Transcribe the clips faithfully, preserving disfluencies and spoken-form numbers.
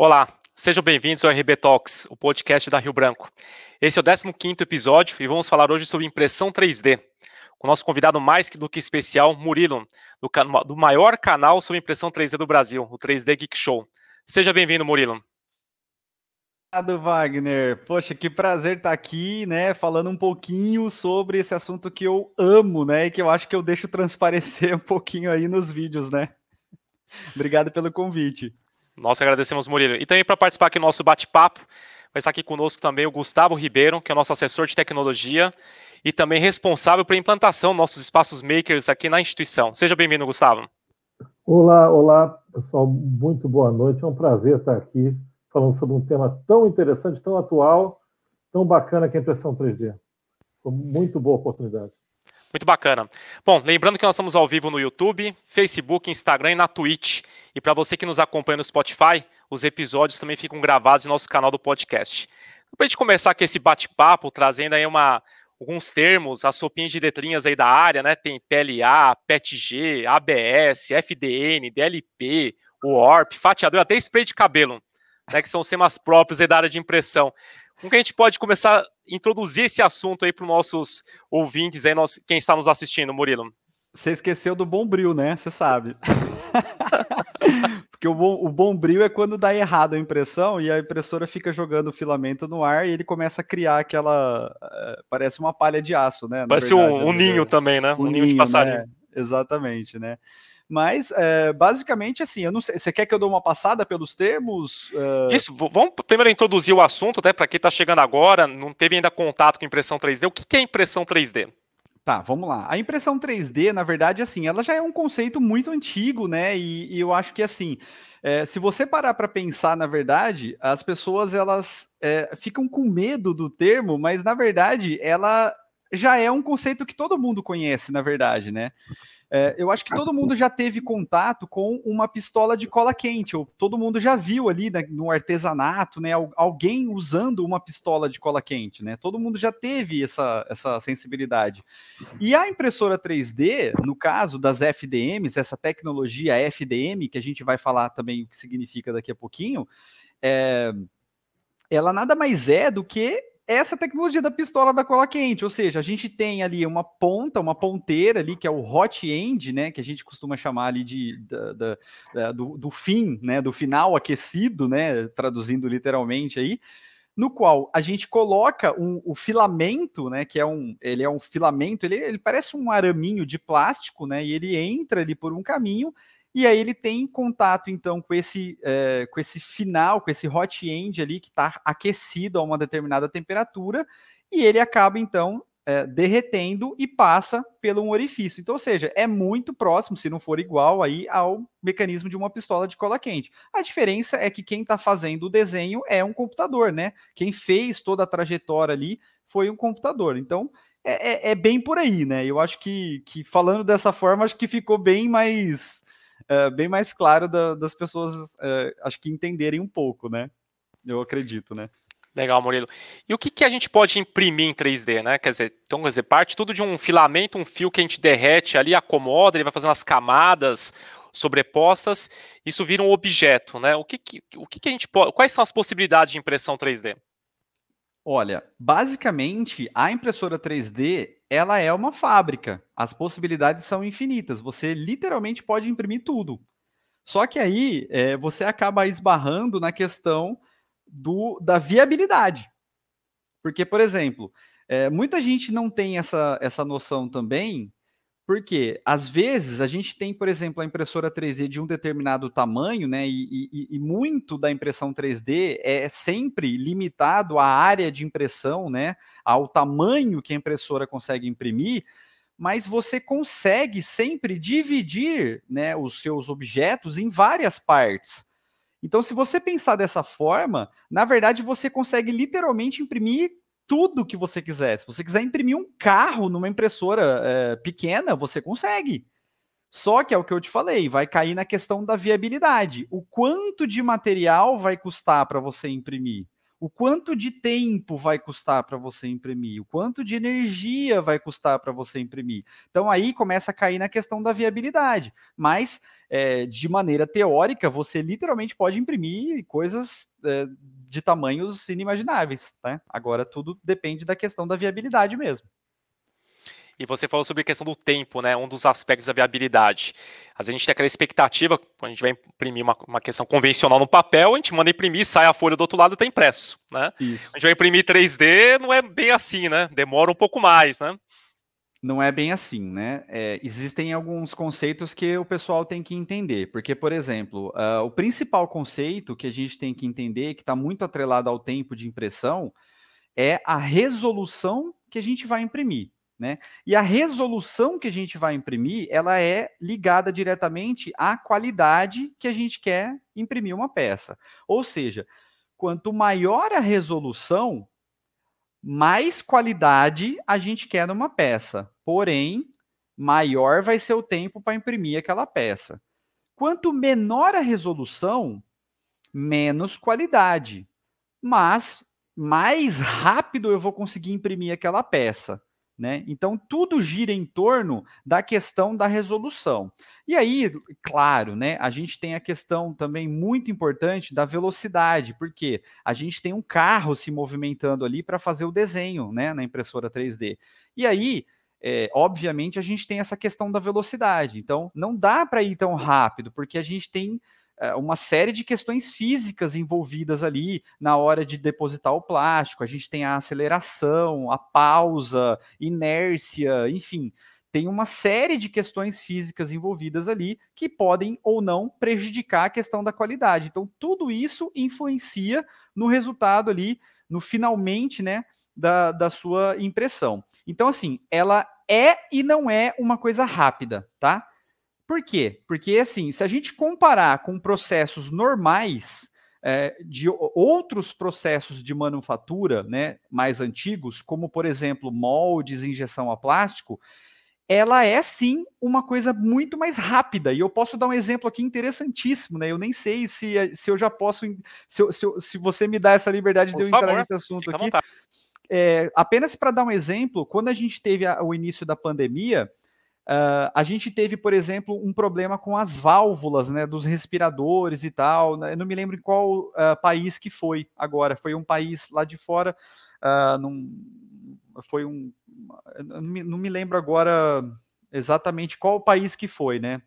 Olá, sejam bem-vindos ao R B Talks, o podcast da Rio Branco. Esse é o décimo quinto episódio e vamos falar hoje sobre impressão três D, com o nosso convidado mais do que especial, Murilo, do, do maior canal sobre impressão três D do Brasil, o três D Geek Show. Seja bem-vindo, Murilo. Obrigado, Wagner. Poxa, que prazer estar aqui, né, falando um pouquinho sobre esse assunto que eu amo, né, e que eu acho que eu deixo transparecer um pouquinho aí nos vídeos, né. Obrigado pelo convite. Nós agradecemos, Murilo. E também para participar aqui do nosso bate-papo, vai estar aqui conosco também o Gustavo Ribeiro, que é o nosso assessor de tecnologia e também responsável pela implantação dos nossos espaços makers aqui na instituição. Seja bem-vindo, Gustavo. Olá, olá, pessoal. Muito boa noite. É um prazer estar aqui falando sobre um tema tão interessante, tão atual, tão bacana que é a impressão três D. Foi muito boa oportunidade. Muito bacana. Bom, lembrando que nós estamos ao vivo no YouTube, Facebook, Instagram e na Twitch. E para você que nos acompanha no Spotify, os episódios também ficam gravados no nosso canal do podcast. Para a gente começar aqui esse bate-papo, trazendo aí uma, alguns termos, as sopinhas de letrinhas aí da área, né? Tem P L A, P E T G, A B S, F D N, D L P, Warp, fatiador, até spray de cabelo, né? Que são os temas próprios aí da área de impressão. Como que a gente pode começar a introduzir esse assunto aí para os nossos ouvintes, aí, nós, quem está nos assistindo, Murilo? Você esqueceu do Bombril, né? Você sabe. Porque o, bom, o Bombril é quando dá errado a impressão e a impressora fica jogando o filamento no ar e ele começa a criar aquela... Uh, parece uma palha de aço, né? Parece verdade, um, um ninho também, né? Um, um ninho, ninho de passarinho. Né? Exatamente, né? Mas, é, basicamente, assim, eu não sei, você quer que eu dê uma passada pelos termos? Uh... Isso, vamos primeiro introduzir o assunto, até para quem está chegando agora, não teve ainda contato com impressão três D. O que é impressão três D? Tá, vamos lá. A impressão três D, na verdade, assim, ela já é um conceito muito antigo, né? E, e eu acho que, assim, é, se você parar para pensar, na verdade, as pessoas, elas é, ficam com medo do termo, mas, na verdade, ela já é um conceito que todo mundo conhece, na verdade, né? É, eu acho que todo mundo já teve contato com uma pistola de cola quente, ou todo mundo já viu ali, né, no artesanato, né, alguém usando uma pistola de cola quente, né? Todo mundo já teve essa, essa sensibilidade. E a impressora três D, no caso das F D Ms, essa tecnologia F D M, que a gente vai falar também o que significa daqui a pouquinho, é, ela nada mais é do que essa tecnologia da pistola da cola quente, ou seja, a gente tem ali uma ponta, uma ponteira ali, que é o hot end, né, que a gente costuma chamar ali de, da, da, da, do, do fim, né, do final aquecido, né, traduzindo literalmente aí, no qual a gente coloca um, o filamento, né, que é um, ele é um filamento, ele, ele parece um araminho de plástico, né, e ele entra ali por um caminho, e aí ele tem contato, então, com esse, é, com esse final, com esse hot end ali, que está aquecido a uma determinada temperatura, e ele acaba, então, é, derretendo e passa pelo um orifício. Então, ou seja, é muito próximo, se não for igual, aí ao mecanismo de uma pistola de cola quente. A diferença é que quem está fazendo o desenho é um computador, né? Quem fez toda a trajetória ali foi um computador. Então, é, é, é bem por aí, né? Eu acho que, que falando dessa forma, acho que ficou bem mais... Uh, bem mais claro da, das pessoas, uh, acho que entenderem um pouco, né? Eu acredito, né? Legal, Murilo. E o que, que a gente pode imprimir em três D, né? Quer dizer, então, quer dizer, parte tudo de um filamento, um fio que a gente derrete ali, acomoda, ele vai fazendo as camadas sobrepostas, isso vira um objeto, né? O que, que, o que, que a gente pode... Quais são as possibilidades de impressão três D? Olha, basicamente, a impressora três D, ela é uma fábrica. As possibilidades são infinitas. Você literalmente pode imprimir tudo. Só que aí é, você acaba esbarrando na questão do, da viabilidade. Porque, por exemplo, é, muita gente não tem essa, essa noção também, porque às vezes a gente tem, por exemplo, a impressora três D de um determinado tamanho, né? E, e, e muito da impressão três D é sempre limitado à área de impressão, né? Ao tamanho que a impressora consegue imprimir, mas você consegue sempre dividir, né, os seus objetos em várias partes. Então, se você pensar dessa forma, na verdade você consegue literalmente imprimir tudo que você quiser. Se você quiser imprimir um carro numa impressora é, pequena, você consegue. Só que é o que eu te falei, vai cair na questão da viabilidade. O quanto de material vai custar para você imprimir? o quanto de tempo vai custar para você imprimir, o quanto de energia vai custar para você imprimir. Então aí começa a cair na questão da viabilidade, mas é, de maneira teórica, você literalmente pode imprimir coisas é, de tamanhos inimagináveis, tá? Agora tudo depende da questão da viabilidade mesmo. E você falou sobre a questão do tempo, né? Um dos aspectos da viabilidade. Às vezes a gente tem aquela expectativa, quando a gente vai imprimir uma, uma questão convencional no papel, a gente manda imprimir, sai a folha do outro lado e está impresso, né? Isso. A gente vai imprimir três D, não é bem assim, né? Demora um pouco mais, né? Não é bem assim, né? É, existem alguns conceitos que o pessoal tem que entender, porque, por exemplo, uh, o principal conceito que a gente tem que entender, que está muito atrelado ao tempo de impressão, é a resolução que a gente vai imprimir. Né? E a resolução que a gente vai imprimir, ela é ligada diretamente à qualidade que a gente quer imprimir uma peça. Ou seja, quanto maior a resolução, mais qualidade a gente quer numa peça. Porém, maior vai ser o tempo para imprimir aquela peça. Quanto menor a resolução, menos qualidade. Mas mais rápido eu vou conseguir imprimir aquela peça. Né? Então, tudo gira em torno da questão da resolução. E aí, claro, né, a gente tem a questão também muito importante da velocidade, porque a gente tem um carro se movimentando ali para fazer o desenho, né, na impressora três D. E aí, é, obviamente, a gente tem essa questão da velocidade. Então, não dá para ir tão rápido, porque a gente tem uma série de questões físicas envolvidas ali na hora de depositar o plástico. A gente tem a aceleração, a pausa, inércia, enfim, tem uma série de questões físicas envolvidas ali que podem ou não prejudicar a questão da qualidade. Então, tudo isso influencia no resultado ali, no finalmente, né, da, da sua impressão. Então, assim, ela é e não é uma coisa rápida, tá? Por quê? Porque, assim, se a gente comparar com processos normais, é, de outros processos de manufatura, né, mais antigos, como, por exemplo, moldes, injeção a plástico, ela é, sim, uma coisa muito mais rápida. E eu posso dar um exemplo aqui interessantíssimo, né? Eu nem sei se, se eu já posso... Se, eu, se, eu, se você me dá essa liberdade Por de eu favor, entrar nesse assunto fica aqui. à vontade. É, apenas para dar um exemplo, quando a gente teve a, o início da pandemia... Uh, a gente teve, por exemplo, um problema com as válvulas, né, dos respiradores e tal. Né? Eu não me lembro em qual uh, país que foi agora. Foi um país lá de fora. Uh, num, foi um. Não me, não me lembro agora exatamente qual país que foi, né?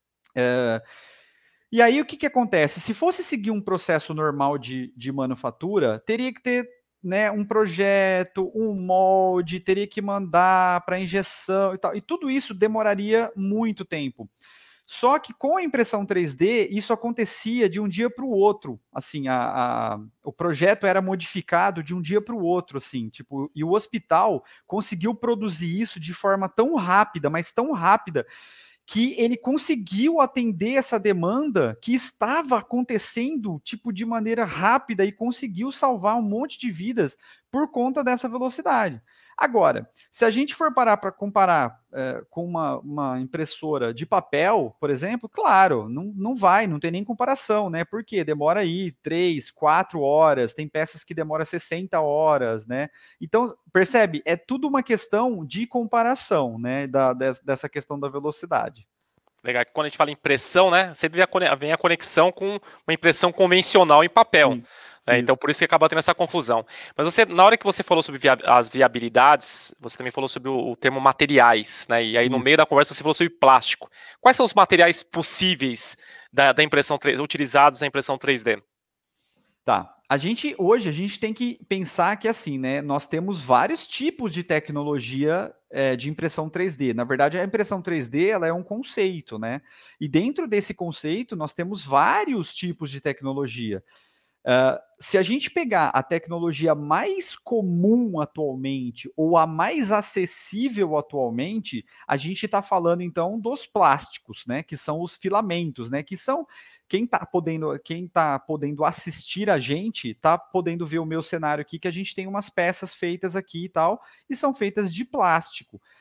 Uh, e aí o que, que acontece? Se fosse seguir um processo normal de, de manufatura, teria que ter, né, um projeto, um molde, teria que mandar para injeção e tal. E tudo isso demoraria muito tempo. Só que com a impressão três D, isso acontecia de um dia para o outro. Assim, a, a, o projeto era modificado de um dia para o outro, assim, tipo, e o hospital conseguiu produzir isso de forma tão rápida, mas tão rápida, que ele conseguiu atender essa demanda que estava acontecendo, tipo, de maneira rápida e conseguiu salvar um monte de vidas por conta dessa velocidade. Agora, se a gente for parar para comparar é, com uma, uma impressora de papel, por exemplo, claro, não, não vai, não tem nem comparação, né? Porque demora aí três, quatro horas, tem peças que demoram sessenta horas, né? Então, percebe? É tudo uma questão de comparação, né? Da, dessa questão da velocidade. Legal, que quando a gente fala impressão, né, sempre vem a conexão com uma impressão convencional em papel. Sim, né, então, por isso que acaba tendo essa confusão. Mas você, na hora que você falou sobre via as viabilidades, você também falou sobre o, o termo materiais, né? E aí, isso. No meio da conversa, você falou sobre plástico. Quais são os materiais possíveis da, da impressão três D, utilizados na impressão três D? Tá. A gente, hoje, a gente tem que pensar que, assim, né, nós temos vários tipos de tecnologia é, de impressão três D. Na verdade, a impressão três D, ela é um conceito, né? E dentro desse conceito, nós temos vários tipos de tecnologia. Uh, se a gente pegar a tecnologia mais comum atualmente, ou a mais acessível atualmente, a gente está falando, então, dos plásticos, né? Que são os filamentos, né? Que são... Quem está podendo, quem tá podendo assistir a gente, está podendo ver o meu cenário aqui, que a gente tem umas peças feitas aqui e tal, e são feitas de plástico.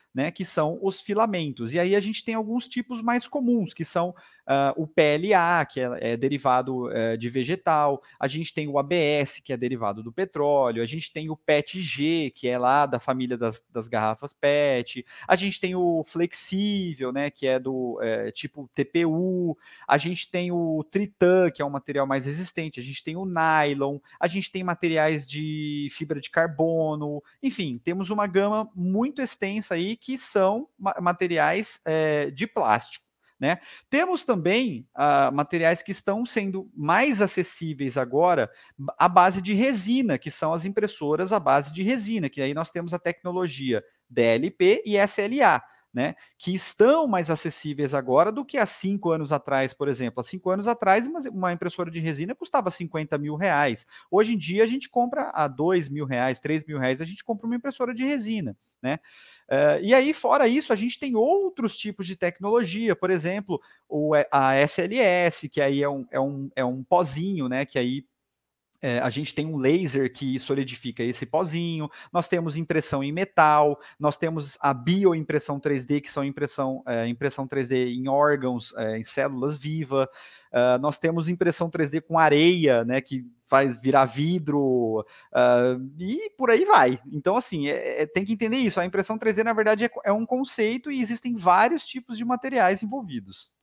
né, que são os filamentos. E aí a gente tem alguns tipos mais comuns, que são uh, o P L A, que é, é derivado uh, de vegetal, a gente tem o A B S, que é derivado do petróleo, a gente tem o P E T G, que é lá da família das, das garrafas P E T, a gente tem o flexível, né, que é do é, tipo T P U, a gente tem o Tritan, que é um material mais resistente, a gente tem o nylon, a gente tem materiais de fibra de carbono, enfim, temos uma gama muito extensa aí que são ma materiais é, de plástico, né? Temos também uh, materiais que estão sendo mais acessíveis agora à base de resina, que são as impressoras à base de resina, que aí nós temos a tecnologia D L P e S L A, né, que estão mais acessíveis agora do que há cinco anos atrás, por exemplo. Há cinco anos atrás, uma, uma impressora de resina custava cinquenta mil reais. Hoje em dia, a gente compra a dois mil reais, três mil reais, a gente compra uma impressora de resina, né? Uh, e aí, fora isso, a gente tem outros tipos de tecnologia, por exemplo, o, a S L S, que aí é um, é um, é um pozinho, né, que aí É, a gente tem um laser que solidifica esse pozinho, nós temos impressão em metal, nós temos a bioimpressão três D, que são impressão, é, impressão três D em órgãos, é, em células vivas, uh, nós temos impressão três D com areia, né, que faz virar vidro, uh, e por aí vai. Então, assim, é, é, tem que entender isso, a impressão três D, na verdade, é, é um conceito e existem vários tipos de materiais envolvidos.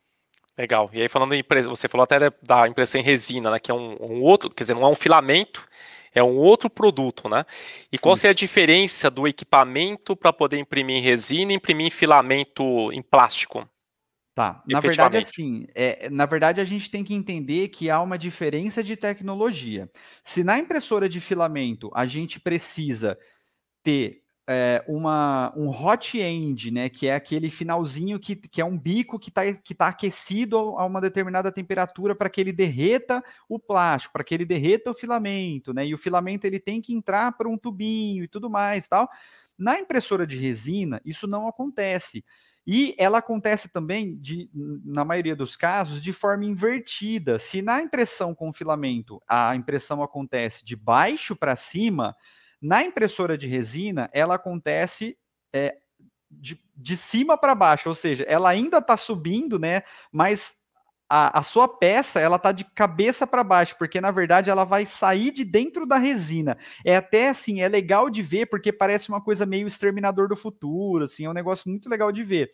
Legal. E aí, falando em impressão, você falou até da impressão em resina, né? Que é um, um outro, quer dizer, não é um filamento, é um outro produto, né? E qual seria a diferença do equipamento para poder imprimir em resina e imprimir em filamento em plástico? Tá, na verdade, assim, é, na verdade, a gente tem que entender que há uma diferença de tecnologia. Se na impressora de filamento a gente precisa ter É, uma, um hot end, né, que é aquele finalzinho que, que é um bico que está que tá aquecido a uma determinada temperatura para que ele derreta o plástico, para que ele derreta o filamento, né, e o filamento ele tem que entrar para um tubinho e tudo mais, tal. Na impressora de resina, isso não acontece. E ela acontece também, de, na maioria dos casos, de forma invertida. Se na impressão com filamento a impressão acontece de baixo para cima, na impressora de resina, ela acontece é, de, de cima para baixo, ou seja, ela ainda está subindo, né? Mas a, a sua peça ela está de cabeça para baixo, porque na verdade ela vai sair de dentro da resina. É até assim, é legal de ver, porque parece uma coisa meio Exterminador do Futuro, assim, é um negócio muito legal de ver.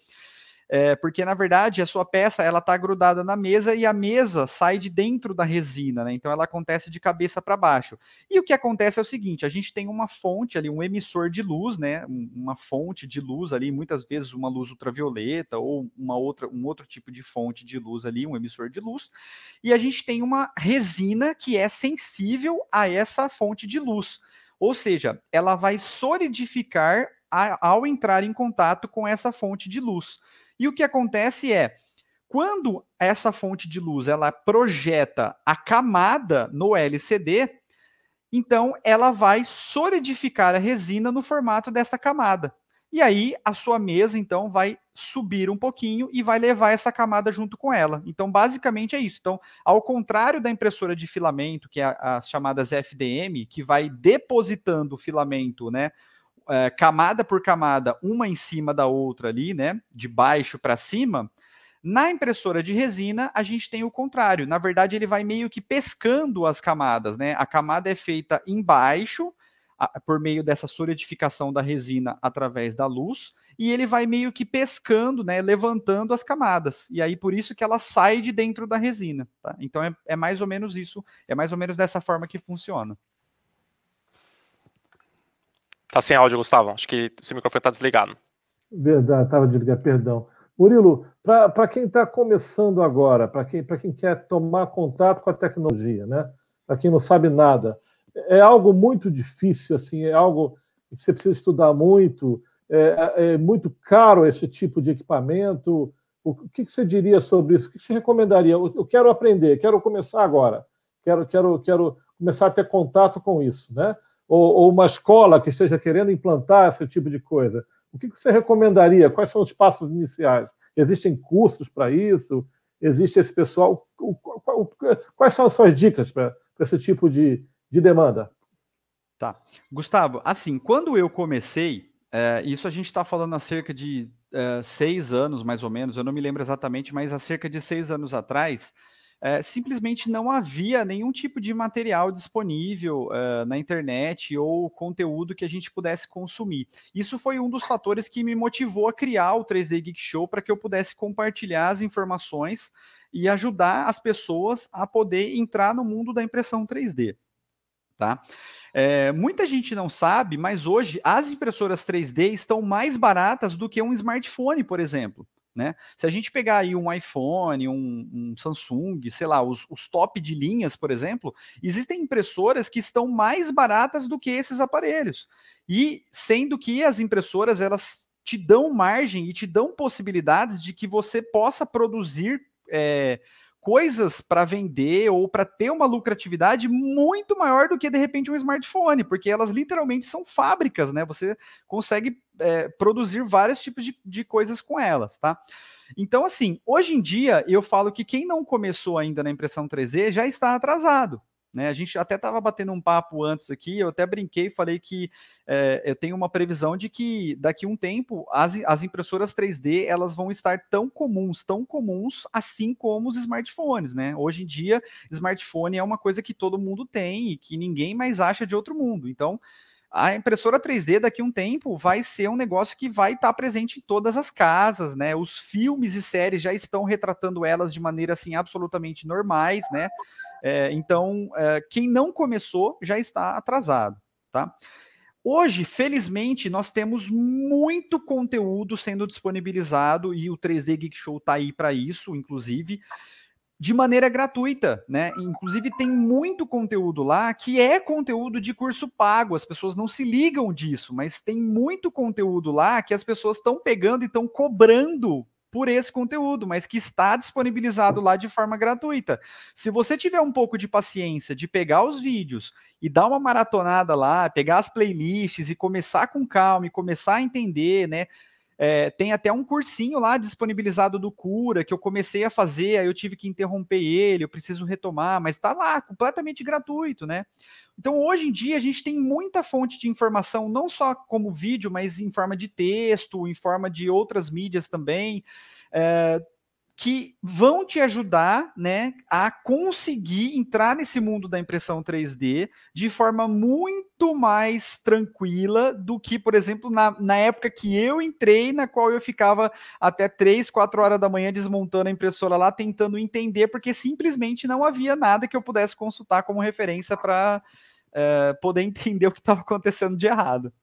É, porque, na verdade, a sua peça ela está grudada na mesa e a mesa sai de dentro da resina, né? Então ela acontece de cabeça para baixo. E o que acontece é o seguinte: a gente tem uma fonte ali, um emissor de luz, né? Uma fonte de luz ali, muitas vezes uma luz ultravioleta ou uma outra, um outro tipo de fonte de luz ali, um emissor de luz. E a gente tem uma resina que é sensível a essa fonte de luz. Ou seja, ela vai solidificar a, ao entrar em contato com essa fonte de luz. E o que acontece é, quando essa fonte de luz ela projeta a camada no L C D, então ela vai solidificar a resina no formato dessa camada. E aí a sua mesa, então, vai subir um pouquinho e vai levar essa camada junto com ela. Então, basicamente é isso. Então, ao contrário da impressora de filamento, que é as chamadas F D M, que vai depositando o filamento, né, É, camada por camada, uma em cima da outra ali, né, de baixo para cima, na impressora de resina a gente tem o contrário. Na verdade, ele vai meio que pescando as camadas, né? A camada é feita embaixo, a, por meio dessa solidificação da resina através da luz, e ele vai meio que pescando, né, levantando as camadas. E aí, por isso que ela sai de dentro da resina, tá? Então, é, é mais ou menos isso, é mais ou menos dessa forma que funciona. Tá sem áudio, Gustavo. Acho que o seu microfone está desligado. Verdade, estava desligado, perdão. Murilo, para quem está começando agora, para quem, quem quer tomar contato com a tecnologia, né? Para quem não sabe nada, é algo muito difícil, assim, é algo que você precisa estudar muito, é, é muito caro esse tipo de equipamento. O que, que você diria sobre isso? O que você recomendaria? Eu quero aprender, quero começar agora, quero, quero, quero começar a ter contato com isso, né? Ou, ou uma escola que esteja querendo implantar esse tipo de coisa. O que você recomendaria? Quais são os passos iniciais? Existem cursos para isso? Existe esse pessoal? Quais são as suas dicas para esse tipo de, de demanda? Tá. Gustavo, assim, quando eu comecei, É, isso a gente está falando há cerca de é, seis anos, mais ou menos, eu não me lembro exatamente, mas há cerca de seis anos atrás, é, simplesmente não havia nenhum tipo de material disponível é, na internet ou conteúdo que a gente pudesse consumir. Isso foi um dos fatores que me motivou a criar o três D Geek Show, para que eu pudesse compartilhar as informações e ajudar as pessoas a poder entrar no mundo da impressão três D. Tá? É, muita gente não sabe, mas hoje as impressoras três D estão mais baratas do que um smartphone, por exemplo. Né? Se a gente pegar aí um iPhone, um, um Samsung, sei lá, os, os top de linhas, por exemplo, existem impressoras que estão mais baratas do que esses aparelhos. E sendo que as impressoras, elas te dão margem e te dão possibilidades de que você possa produzir é, coisas para vender ou para ter uma lucratividade muito maior do que, de repente, um smartphone, porque elas literalmente são fábricas, né? Você consegue é, produzir vários tipos de, de coisas com elas, tá? Então, assim, hoje em dia, eu falo que quem não começou ainda na impressão três D já está atrasado. Né, a gente até estava batendo um papo antes aqui, eu até brinquei e falei que é, eu tenho uma previsão de que daqui a um tempo as, as impressoras três D elas vão estar tão comuns, tão comuns, assim como os smartphones. Né? Hoje em dia, smartphone é uma coisa que todo mundo tem e que ninguém mais acha de outro mundo. Então, a impressora três D daqui a um tempo vai ser um negócio que vai estar presente em todas as casas, né? Os filmes e séries já estão retratando elas de maneira assim absolutamente normais, né? É, então, é, quem não começou já está atrasado, tá? Hoje, felizmente, nós temos muito conteúdo sendo disponibilizado e o três D Geek Show está aí para isso, inclusive, de maneira gratuita, né? Inclusive, tem muito conteúdo lá que é conteúdo de curso pago, as pessoas não se ligam disso, mas tem muito conteúdo lá que as pessoas estão pegando e estão cobrando por esse conteúdo, mas que está disponibilizado lá de forma gratuita. Se você tiver um pouco de paciência de pegar os vídeos e dar uma maratonada lá, pegar as playlists e começar com calma e começar a entender, né? É, tem até um cursinho lá disponibilizado do Cura, que eu comecei a fazer, aí eu tive que interromper ele, eu preciso retomar, mas está lá, completamente gratuito, né? Então, hoje em dia, a gente tem muita fonte de informação, não só como vídeo, mas em forma de texto, em forma de outras mídias também, é, que vão te ajudar, né, a conseguir entrar nesse mundo da impressão três D de forma muito mais tranquila do que, por exemplo, na, na época que eu entrei, na qual eu ficava até três, quatro horas da manhã desmontando a impressora lá, tentando entender, porque simplesmente não havia nada que eu pudesse consultar como referência para é, poder entender o que estava acontecendo de errado.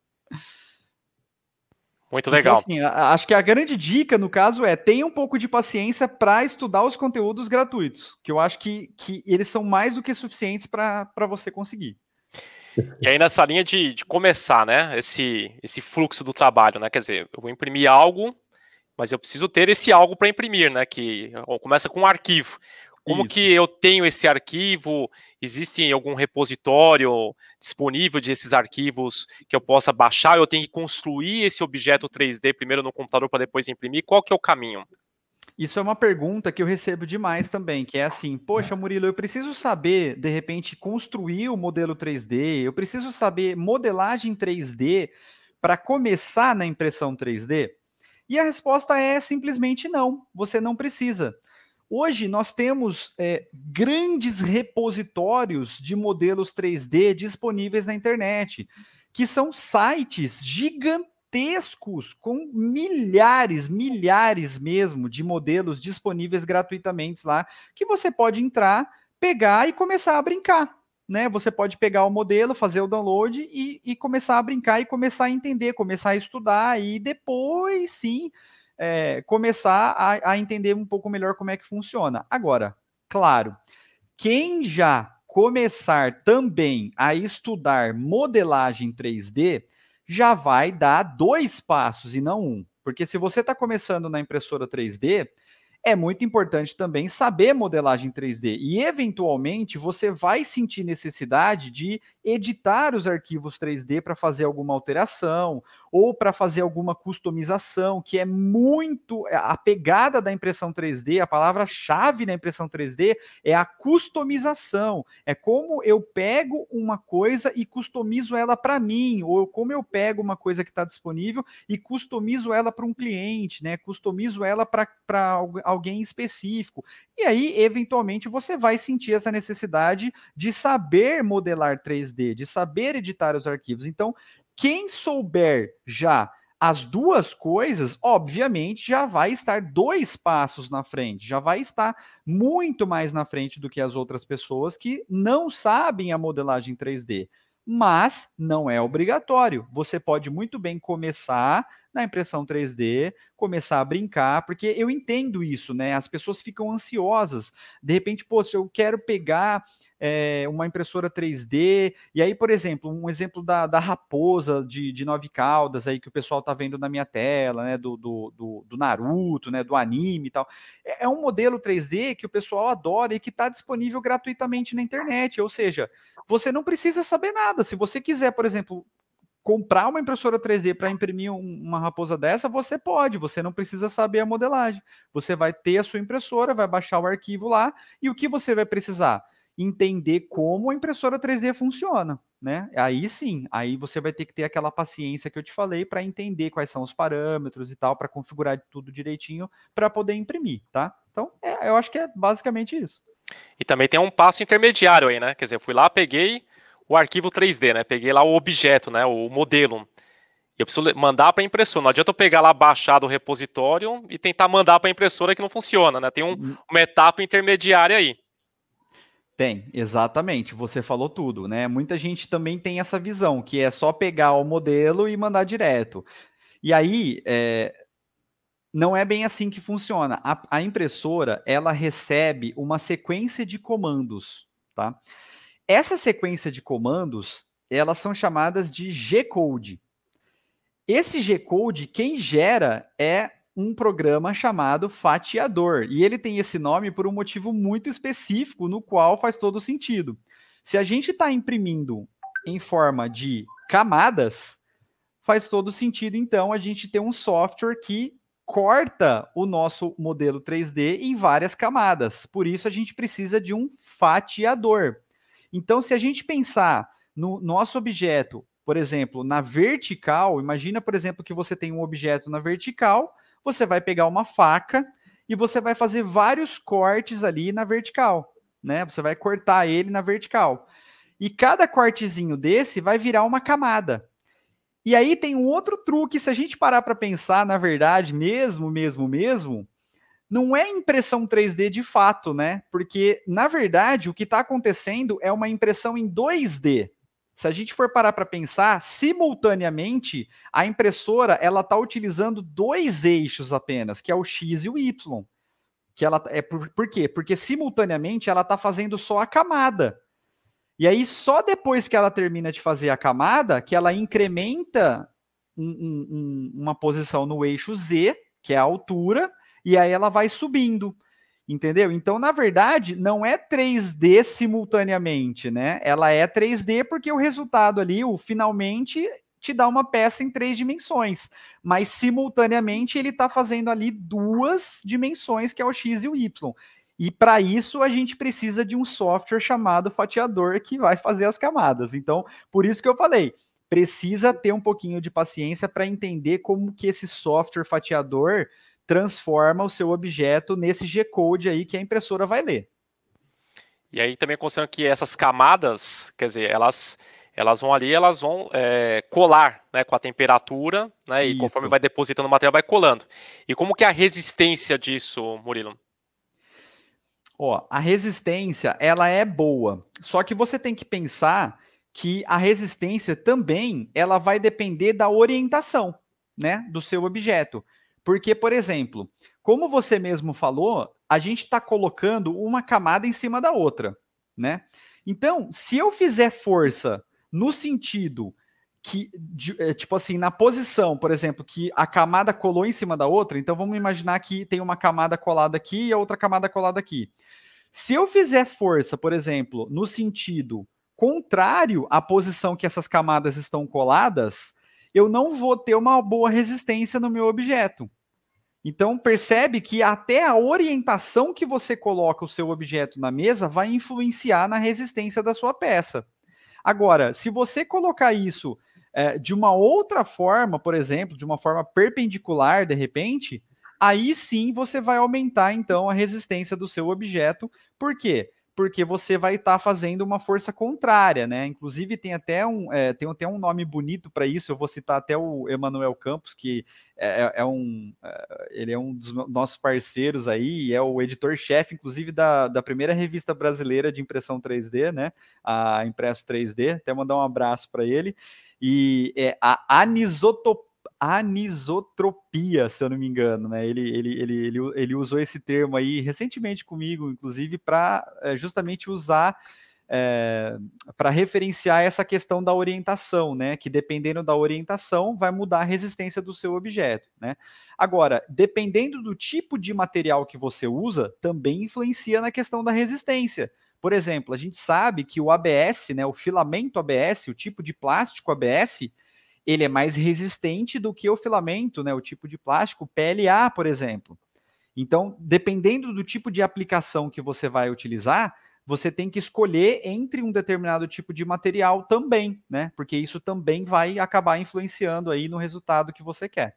Muito legal. Então, assim, a, acho que a grande dica, no caso, é tenha um pouco de paciência para estudar os conteúdos gratuitos, que eu acho que, que eles são mais do que suficientes para você conseguir. E aí, nessa linha de, de começar, né, esse, esse fluxo do trabalho, né, quer dizer, eu vou imprimir algo, mas eu preciso ter esse algo para imprimir, né, que começa com um arquivo. Como Isso. que eu tenho esse arquivo? Existe algum repositório disponível desses arquivos que eu possa baixar? Eu tenho que construir esse objeto três D primeiro no computador para depois imprimir? Qual que é o caminho? Isso é uma pergunta que eu recebo demais também, que é assim, poxa, Murilo, eu preciso saber, de repente, construir o modelo três D, eu preciso saber modelagem três D para começar na impressão três D? E a resposta é simplesmente não, você não precisa. Hoje nós temos é, grandes repositórios de modelos três D disponíveis na internet, que são sites gigantescos com milhares, milhares mesmo de modelos disponíveis gratuitamente lá, que você pode entrar, pegar e começar a brincar. Né? Você pode pegar o modelo, fazer o download e, e começar a brincar e começar a entender, começar a estudar e depois sim... É, começar a, a entender um pouco melhor como é que funciona. Agora, claro, quem já começar também a estudar modelagem três D, já vai dar dois passos e não um. Porque se você está começando na impressora três D, é muito importante também saber modelagem três D. E, eventualmente, você vai sentir necessidade de editar os arquivos três D para fazer alguma alteração, ou para fazer alguma customização, que é muito... A pegada da impressão três D, a palavra-chave da impressão três D é a customização. É como eu pego uma coisa e customizo ela para mim, ou como eu pego uma coisa que está disponível e customizo ela para um cliente, né? Customizo ela para alguém específico. E aí, eventualmente, você vai sentir essa necessidade de saber modelar três D, de saber editar os arquivos. Então, quem souber já as duas coisas, obviamente, já vai estar dois passos na frente, já vai estar muito mais na frente do que as outras pessoas que não sabem a modelagem três D. Mas não é obrigatório. Você pode muito bem começar na impressão três D, começar a brincar, porque eu entendo isso, né? As pessoas ficam ansiosas. De repente, pô, se eu quero pegar é, uma impressora três D, e aí, por exemplo, um exemplo da, da raposa de, de nove caudas aí que o pessoal tá vendo na minha tela, né? Do, do, do, do Naruto, né? Do anime e tal. É, é um modelo três D que o pessoal adora e que está disponível gratuitamente na internet. Ou seja, você não precisa saber nada. Se você quiser, por exemplo, comprar uma impressora três D para imprimir um, uma raposa dessa, você pode, você não precisa saber a modelagem. Você vai ter a sua impressora, vai baixar o arquivo lá, e o que você vai precisar? Entender como a impressora três D funciona, né? Aí sim, aí você vai ter que ter aquela paciência que eu te falei para entender quais são os parâmetros e tal, para configurar tudo direitinho para poder imprimir, tá? Então, é, eu acho que é basicamente isso. E também tem um passo intermediário aí, né? Quer dizer, eu fui lá, peguei o arquivo três D, né? Peguei lá o objeto, né? O modelo. Eu preciso mandar para a impressora. Não adianta eu pegar lá, baixar do repositório e tentar mandar para a impressora que não funciona, né? Tem um, uma etapa intermediária aí. Tem, exatamente. Você falou tudo, né? Muita gente também tem essa visão, que é só pegar o modelo e mandar direto. E aí, é, não é bem assim que funciona. A, a impressora, ela recebe uma sequência de comandos, tá? Essa sequência de comandos, elas são chamadas de G-Code. Esse G-Code, quem gera é um programa chamado fatiador. E ele tem esse nome por um motivo muito específico, no qual faz todo sentido. Se a gente está imprimindo em forma de camadas, faz todo sentido, então, a gente ter um software que corta o nosso modelo três D em várias camadas. Por isso, a gente precisa de um fatiador. Então, se a gente pensar no nosso objeto, por exemplo, na vertical, imagina, por exemplo, que você tem um objeto na vertical, você vai pegar uma faca e você vai fazer vários cortes ali na vertical, né? Você vai cortar ele na vertical. E cada cortezinho desse vai virar uma camada. E aí tem um outro truque, se a gente parar para pensar, na verdade, mesmo, mesmo, mesmo, não é impressão três D de fato, né? Porque, na verdade, o que está acontecendo é uma impressão em dois D. Se a gente for parar para pensar, simultaneamente, a impressora ela está utilizando dois eixos apenas, que é o X e o Y. Que ela, é por, por quê? Porque, simultaneamente, ela está fazendo só a camada. E aí, só depois que ela termina de fazer a camada, que ela incrementa um, um, uma posição no eixo Z, que é a altura, e aí ela vai subindo, entendeu? Então, na verdade, não é três D simultaneamente, né? Ela é três D porque o resultado ali, o finalmente, te dá uma peça em três dimensões. Mas, simultaneamente, ele está fazendo ali duas dimensões, que é o X e o Y. E, para isso, a gente precisa de um software chamado fatiador que vai fazer as camadas. Então, por isso que eu falei, precisa ter um pouquinho de paciência para entender como que esse software fatiador transforma o seu objeto nesse G-Code aí que a impressora vai ler. E aí também considerando que essas camadas, quer dizer, elas, elas vão ali, elas vão é, colar, né, com a temperatura, né, e conforme vai depositando o material, vai colando. E como que é a resistência disso, Murilo? Ó, a resistência, ela é boa, só que você tem que pensar que a resistência também, ela vai depender da orientação, né, do seu objeto. Porque, por exemplo, como você mesmo falou, a gente está colocando uma camada em cima da outra, né? Então, se eu fizer força no sentido que, de, tipo assim, na posição, por exemplo, que a camada colou em cima da outra, então vamos imaginar que tem uma camada colada aqui e a outra camada colada aqui. Se eu fizer força, por exemplo, no sentido contrário à posição que essas camadas estão coladas, eu não vou ter uma boa resistência no meu objeto. Então, percebe que até a orientação que você coloca o seu objeto na mesa vai influenciar na resistência da sua peça. Agora, se você colocar isso é, de uma outra forma, por exemplo, de uma forma perpendicular, de repente, aí sim você vai aumentar, então, a resistência do seu objeto. Por quê? Porque você vai estar tá fazendo uma força contrária, né? Inclusive, tem até um, é, tem até um nome bonito para isso, eu vou citar até o Emanuel Campos, que é, é um, é, ele é um dos nossos parceiros aí, e é o editor-chefe, inclusive, da, da primeira revista brasileira de impressão três D, né? A Impresso três D, até mandar um abraço para ele. E é a anisotopia, anisotropia, se eu não me engano, né? Ele, ele, ele, ele, ele usou esse termo aí recentemente comigo, inclusive, para é, justamente usar é, para referenciar essa questão da orientação, né? Que dependendo da orientação, vai mudar a resistência do seu objeto, né? Agora, dependendo do tipo de material que você usa, também influencia na questão da resistência. Por exemplo, a gente sabe que o A B S, né? O filamento A B S, o tipo de plástico A B S, ele é mais resistente do que o filamento, né, o tipo de plástico P L A, por exemplo. Então, dependendo do tipo de aplicação que você vai utilizar, você tem que escolher entre um determinado tipo de material também, né? Porque isso também vai acabar influenciando aí no resultado que você quer.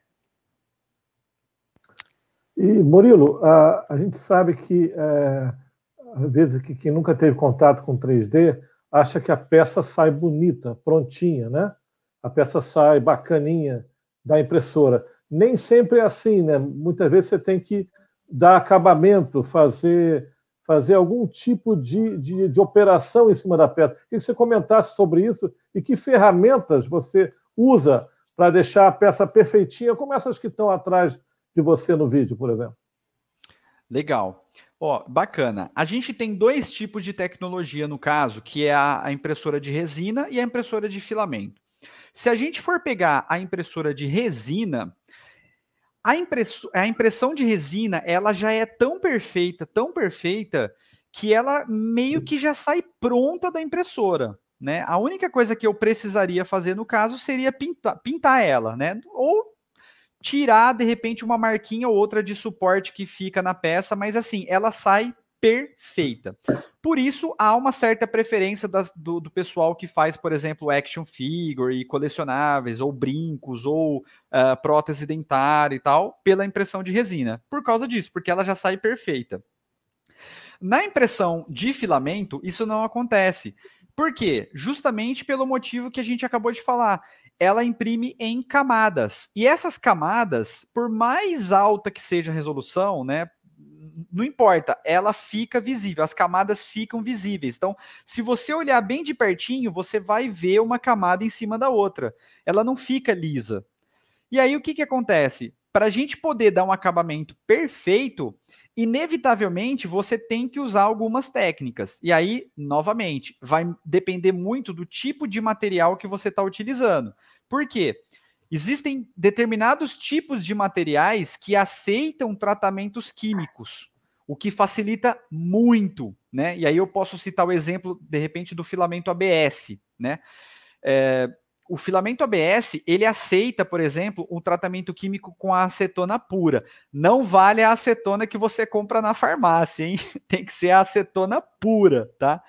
E, Murilo, a, a gente sabe que, é, às vezes, que quem nunca teve contato com três D acha que a peça sai bonita, prontinha, né? A peça sai bacaninha da impressora. Nem sempre é assim, né? Muitas vezes você tem que dar acabamento, fazer, fazer algum tipo de, de, de operação em cima da peça. Queria que você comentasse sobre isso e que ferramentas você usa para deixar a peça perfeitinha, como essas que estão atrás de você no vídeo, por exemplo. Legal. Ó, bacana. A gente tem dois tipos de tecnologia no caso, que é a, a impressora de resina e a impressora de filamento. Se a gente for pegar a impressora de resina, a, impress... a impressão de resina, ela já é tão perfeita, tão perfeita, que ela meio que já sai pronta da impressora, né? A única coisa que eu precisaria fazer no caso seria pintar, pintar ela, né? Ou tirar, de repente, uma marquinha ou outra de suporte que fica na peça, mas assim, ela sai perfeita. Por isso, há uma certa preferência das, do, do pessoal que faz, por exemplo, action figure e colecionáveis, ou brincos, ou uh, prótese dentária e tal, pela impressão de resina. Por causa disso, porque ela já sai perfeita. Na impressão de filamento, isso não acontece. Por quê? Justamente pelo motivo que a gente acabou de falar. Ela imprime em camadas. E essas camadas, por mais alta que seja a resolução, né? Não importa, ela fica visível, as camadas ficam visíveis. Então, se você olhar bem de pertinho, você vai ver uma camada em cima da outra. Ela não fica lisa. E aí, o que, que acontece? Para a gente poder dar um acabamento perfeito, inevitavelmente, você tem que usar algumas técnicas. E aí, novamente, vai depender muito do tipo de material que você está utilizando. Por quê? Existem determinados tipos de materiais que aceitam tratamentos químicos, o que facilita muito, né? E aí eu posso citar o exemplo, de repente, do filamento A B S, né? É, o filamento A B S, ele aceita, por exemplo, um tratamento químico com a acetona pura. Não vale a acetona que você compra na farmácia, hein? Tem que ser a acetona pura, tá?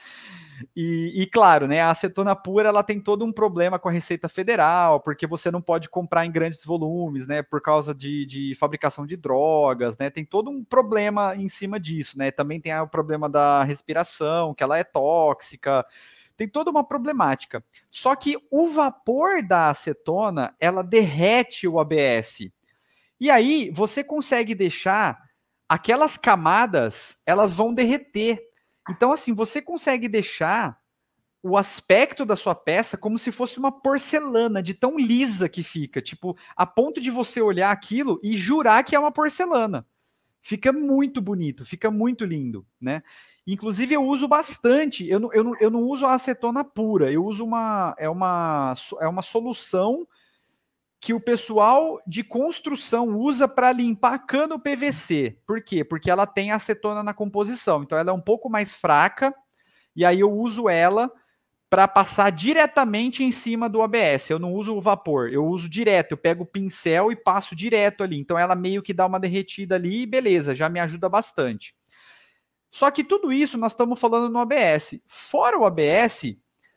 E, e claro, né, a acetona pura, ela tem todo um problema com a Receita Federal, porque você não pode comprar em grandes volumes, né, por causa de, de fabricação de drogas, né, tem todo um problema em cima disso, né, também tem o problema da respiração, que ela é tóxica, tem toda uma problemática. Só que o vapor da acetona, ela derrete o A B S. E aí, você consegue deixar aquelas camadas, elas vão derreter. Então, assim, você consegue deixar o aspecto da sua peça como se fosse uma porcelana, de tão lisa que fica. Tipo, a ponto de você olhar aquilo e jurar que é uma porcelana. Fica muito bonito, fica muito lindo, né? Inclusive, eu uso bastante. Eu não, eu não, eu não uso a acetona pura, eu uso uma... É uma, é uma solução que o pessoal de construção usa para limpar cano P V C. Por quê? Porque ela tem acetona na composição. Então, ela é um pouco mais fraca, e aí eu uso ela para passar diretamente em cima do A B S. Eu não uso o vapor, eu uso direto, eu pego o pincel e passo direto ali. Então ela meio que dá uma derretida ali e beleza, já me ajuda bastante. Só que tudo isso nós estamos falando no A B S. Fora o A B S,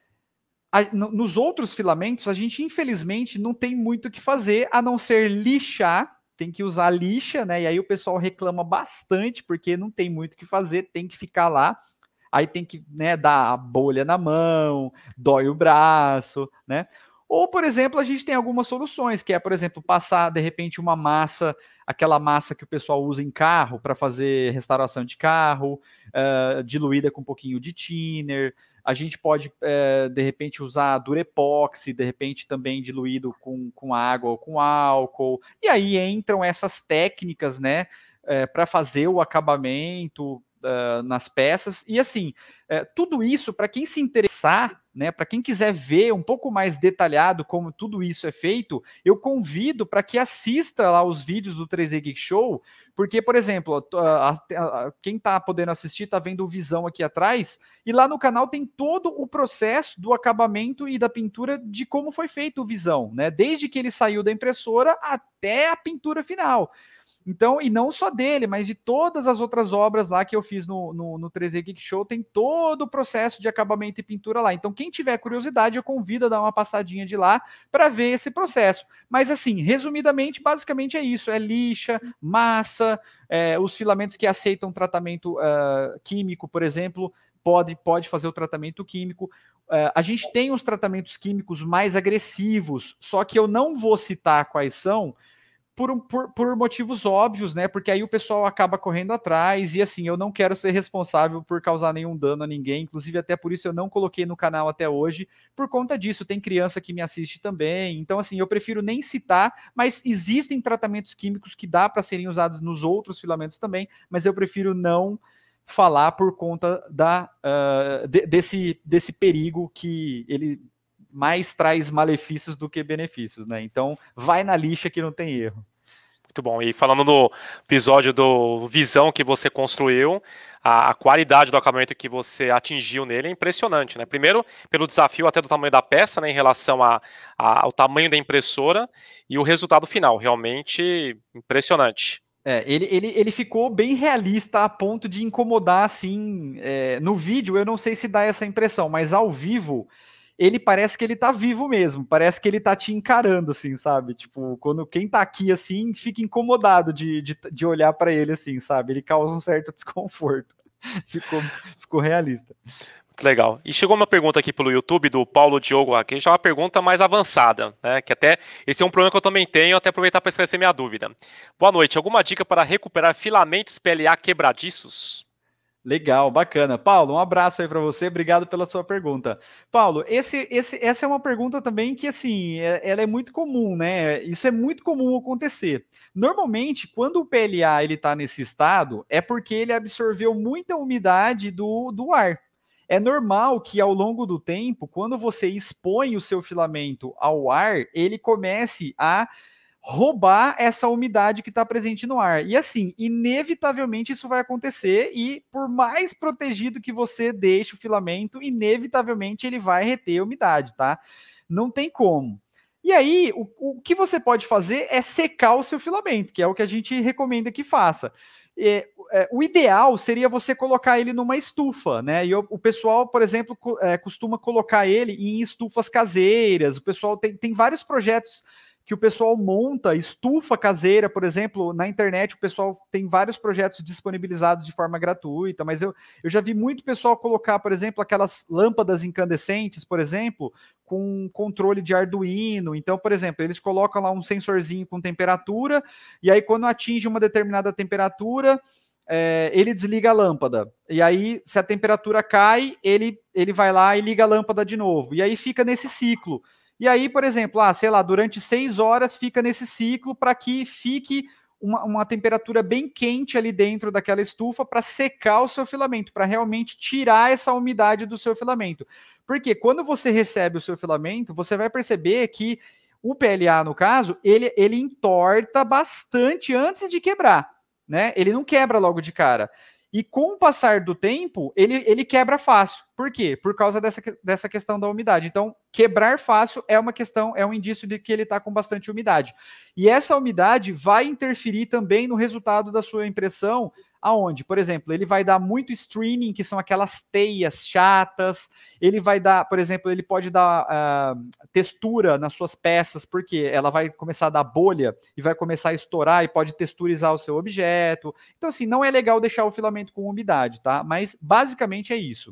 a, no, nos outros filamentos, a gente infelizmente não tem muito o que fazer, a não ser lixar, tem que usar lixa, né? E aí o pessoal reclama bastante, porque não tem muito o que fazer, tem que ficar lá. Aí tem que, né, dar a bolha na mão, dói o braço, né? Ou, por exemplo, a gente tem algumas soluções, que é, por exemplo, passar, de repente, uma massa, aquela massa que o pessoal usa em carro para fazer restauração de carro, uh, diluída com um pouquinho de thinner. A gente pode, uh, de repente, usar durepoxi, de repente também diluído com, com água ou com álcool. E aí entram essas técnicas, né, uh, para fazer o acabamento Uh, nas peças, e assim, uh, tudo isso, para quem se interessar, né, para quem quiser ver um pouco mais detalhado como tudo isso é feito, eu convido para que assista lá os vídeos do três D Geek Show, porque, por exemplo, uh, uh, uh, quem está podendo assistir está vendo o Visão aqui atrás, e lá no canal tem todo o processo do acabamento e da pintura de como foi feito o Visão, né, desde que ele saiu da impressora até a pintura final. Então, e não só dele, mas de todas as outras obras lá que eu fiz no, no, no três D Geek Show, tem todo o processo de acabamento e pintura lá. Então, quem tiver curiosidade, eu convido a dar uma passadinha de lá para ver esse processo. Mas, assim, resumidamente, basicamente é isso: é lixa, massa, é, os filamentos que aceitam tratamento uh, químico, por exemplo, pode, pode fazer o tratamento químico. Uh, a gente tem os tratamentos químicos mais agressivos, só que eu não vou citar quais são, Por, por, por motivos óbvios, né? Porque aí o pessoal acaba correndo atrás, e assim, eu não quero ser responsável por causar nenhum dano a ninguém, inclusive até por isso eu não coloquei no canal até hoje, por conta disso. Tem criança que me assiste também, então assim, eu prefiro nem citar, mas existem tratamentos químicos que dá para serem usados nos outros filamentos também, mas eu prefiro não falar por conta da, uh, de, desse, desse perigo que ele mais traz malefícios do que benefícios, né? Então, vai na lixa que não tem erro. Muito bom. E falando do episódio do Visão que você construiu, a, a qualidade do acabamento que você atingiu nele é impressionante, né? Primeiro, pelo desafio até do tamanho da peça, né, em relação a, a, ao tamanho da impressora, e o resultado final, realmente impressionante. É, ele, ele, ele ficou bem realista a ponto de incomodar, assim, é, no vídeo eu não sei se dá essa impressão, mas ao vivo ele parece que ele tá vivo mesmo, parece que ele tá te encarando, assim, sabe? Tipo, quando quem tá aqui, assim, fica incomodado de, de, de olhar para ele, assim, sabe? Ele causa um certo desconforto. ficou, ficou realista. Muito legal. E chegou uma pergunta aqui pelo YouTube do Paulo Diogo, aqui já é uma pergunta mais avançada, né? Que até, esse é um problema que eu também tenho, até aproveitar para esclarecer minha dúvida. Boa noite, alguma dica para recuperar filamentos P L A quebradiços? Legal, bacana. Paulo, um abraço aí para você, obrigado pela sua pergunta. Paulo, esse, esse, essa é uma pergunta também que, assim, é, ela é muito comum, né? Isso é muito comum acontecer. Normalmente, quando o P L A ele está nesse estado, é porque ele absorveu muita umidade do, do ar. É normal que ao longo do tempo, quando você expõe o seu filamento ao ar, ele comece a roubar essa umidade que está presente no ar. E assim, inevitavelmente isso vai acontecer, e por mais protegido que você deixe o filamento, inevitavelmente ele vai reter a umidade, tá? Não tem como. E aí, o, o que você pode fazer é secar o seu filamento, que é o que a gente recomenda que faça. É, é, o ideal seria você colocar ele numa estufa, né? E o, o pessoal, por exemplo, co, é, costuma colocar ele em estufas caseiras. O pessoal tem, tem vários projetos que o pessoal monta, estufa caseira, por exemplo, na internet o pessoal tem vários projetos disponibilizados de forma gratuita, mas eu, eu já vi muito pessoal colocar, por exemplo, aquelas lâmpadas incandescentes, por exemplo, com controle de Arduino. Então, por exemplo, eles colocam lá um sensorzinho com temperatura, e aí quando atinge uma determinada temperatura, é, ele desliga a lâmpada. E aí, se a temperatura cai, ele, ele vai lá e liga a lâmpada de novo. E aí fica nesse ciclo. E aí, por exemplo, ah, sei lá, durante seis horas fica nesse ciclo para que fique uma, uma temperatura bem quente ali dentro daquela estufa para secar o seu filamento, para realmente tirar essa umidade do seu filamento. Porque quando você recebe o seu filamento, você vai perceber que o P L A, no caso, ele, ele entorta bastante antes de quebrar, né? Ele não quebra logo de cara. E com o passar do tempo, ele, ele quebra fácil. Por quê? Por causa dessa, dessa questão da umidade. Então, quebrar fácil é uma questão, é um indício de que ele está com bastante umidade. E essa umidade vai interferir também no resultado da sua impressão, aonde, por exemplo, ele vai dar muito streaming, que são aquelas teias chatas, ele vai dar, por exemplo, ele pode dar uh, textura nas suas peças, porque ela vai começar a dar bolha e vai começar a estourar e pode texturizar o seu objeto. Então, assim, não é legal deixar o filamento com umidade, tá? Mas, basicamente, é isso.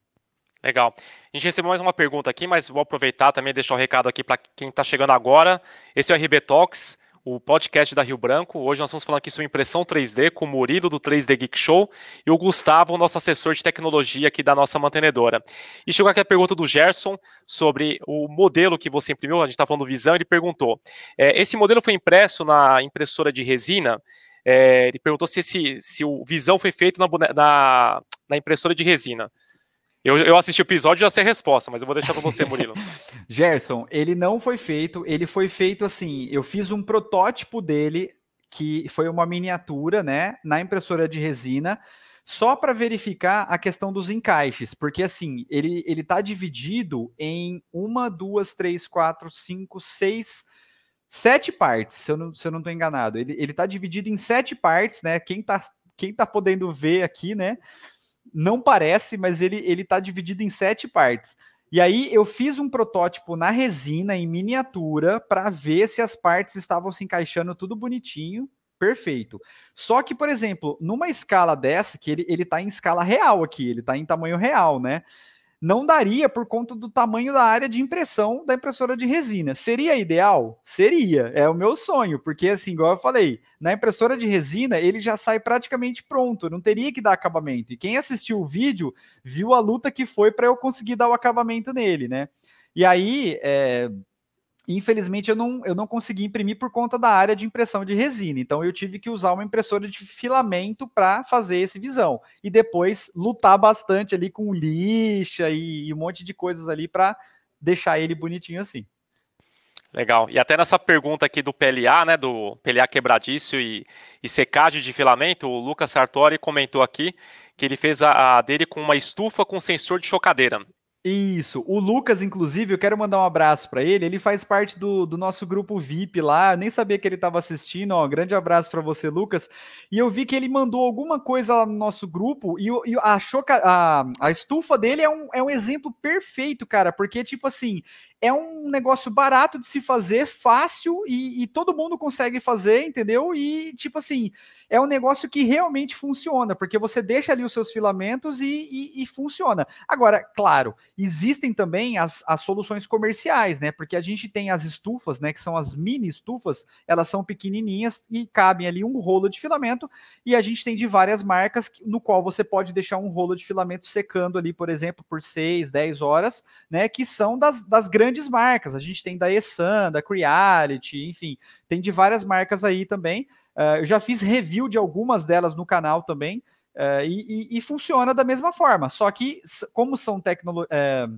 Legal. A gente recebeu mais uma pergunta aqui, mas vou aproveitar também e deixar o um recado aqui para quem está chegando agora. Esse é o R B Talks, o podcast da Rio Branco. Hoje nós estamos falando aqui sobre impressão três D com o Murilo do três D Geek Show e o Gustavo, nosso assessor de tecnologia aqui da nossa mantenedora. E chegou aqui a pergunta do Gerson sobre o modelo que você imprimiu. A gente está falando do Visão, ele perguntou. É, esse modelo foi impresso na impressora de resina? É, ele perguntou se, esse, se o Visão foi feito na, na, na impressora de resina. Eu, eu assisti o episódio e já sei a resposta, mas eu vou deixar para você, Murilo. Gerson, ele não foi feito, ele foi feito assim, eu fiz um protótipo dele, que foi uma miniatura, né, na impressora de resina, só para verificar a questão dos encaixes, porque assim, ele, ele tá dividido em uma, duas, três, quatro, cinco, seis, sete partes, se eu não, se eu não tô enganado. Ele, ele tá dividido em sete partes, né, quem tá, quem tá podendo ver aqui, né, não parece, mas ele ele está dividido em sete partes. E aí eu fiz um protótipo na resina, em miniatura, para ver se as partes estavam se encaixando tudo bonitinho, perfeito. Só que, por exemplo, numa escala dessa, que ele, ele tá em escala real aqui, ele está em tamanho real, né? Não daria por conta do tamanho da área de impressão da impressora de resina. Seria ideal? Seria. É o meu sonho, porque assim, igual eu falei, na impressora de resina ele já sai praticamente pronto, não teria que dar acabamento. E quem assistiu o vídeo viu a luta que foi para eu conseguir dar o acabamento nele, né? E aí, é... infelizmente, eu não, eu não consegui imprimir por conta da área de impressão de resina. Então, eu tive que usar uma impressora de filamento para fazer esse Visão. E depois lutar bastante ali com lixa e, e um monte de coisas ali para deixar ele bonitinho assim. Legal. E até nessa pergunta aqui do P L A, né, do P L A quebradiço e, e secagem de filamento, o Lucas Sartori comentou aqui que ele fez a, a dele com uma estufa com sensor de chocadeira. Isso, o Lucas, inclusive, eu quero mandar um abraço para ele, ele faz parte do, do nosso grupo V I P lá, eu nem sabia que ele estava assistindo, ó, grande abraço para você, Lucas, e eu vi que ele mandou alguma coisa lá no nosso grupo, e, e a, choca, a, a estufa dele é um, é um exemplo perfeito, cara, porque, tipo assim, é um negócio barato de se fazer, fácil, e, e todo mundo consegue fazer, entendeu? E, tipo assim, é um negócio que realmente funciona, porque você deixa ali os seus filamentos e, e, e funciona. Agora, claro, existem também as, as soluções comerciais, né? Porque a gente tem as estufas, né? Que são as mini estufas, elas são pequenininhas e cabem ali um rolo de filamento, e a gente tem de várias marcas no qual você pode deixar um rolo de filamento secando ali, por exemplo, por seis, dez horas, né? Que são das, das grandes marcas. A gente tem da Essan, da Creality, enfim, tem de várias marcas aí também. Uh, eu já fiz review de algumas delas no canal também, uh, e, e, e funciona da mesma forma, só que como são tecnolo- é,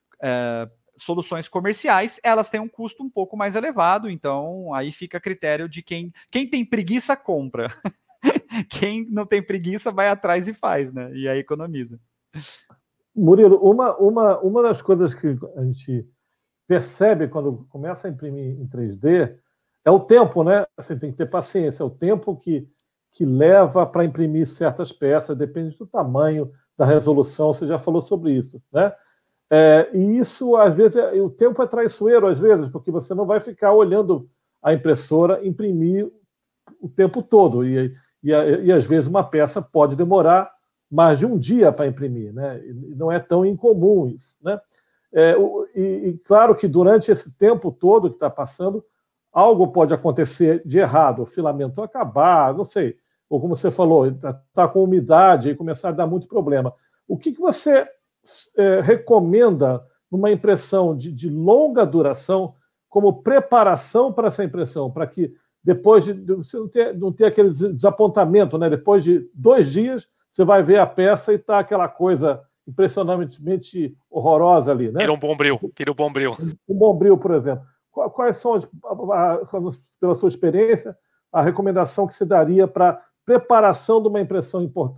é, soluções comerciais, elas têm um custo um pouco mais elevado, então aí fica a critério de quem, quem tem preguiça, compra. Quem não tem preguiça, vai atrás e faz, né? E aí economiza. Murilo, uma, uma, uma das coisas que a gente percebe quando começa a imprimir em três D é o tempo, né? Você tem que ter paciência, é o tempo que, que leva para imprimir certas peças, depende do tamanho, da resolução, você já falou sobre isso, né? É, e isso, às vezes, é, o tempo é traiçoeiro, às vezes, porque você não vai ficar olhando a impressora imprimir o tempo todo, e, e, e às vezes uma peça pode demorar mais de um dia para imprimir, né? E não é tão incomum isso, né? É, e, e claro que durante esse tempo todo que está passando, algo pode acontecer de errado, o filamento acabar, não sei, ou como você falou, está com umidade e começar a dar muito problema. O que, que você é, recomenda numa impressão de, de longa duração como preparação para essa impressão, para que depois de você não ter, não ter aquele desapontamento, né? Depois de dois dias, você vai ver a peça e está aquela coisa impressionantemente horrorosa ali, né? Vira um bombril, vira um bombril. Um bombril, por exemplo. Quais são, as, a, a, pela sua experiência, a recomendação que se daria para preparação de uma impressão importante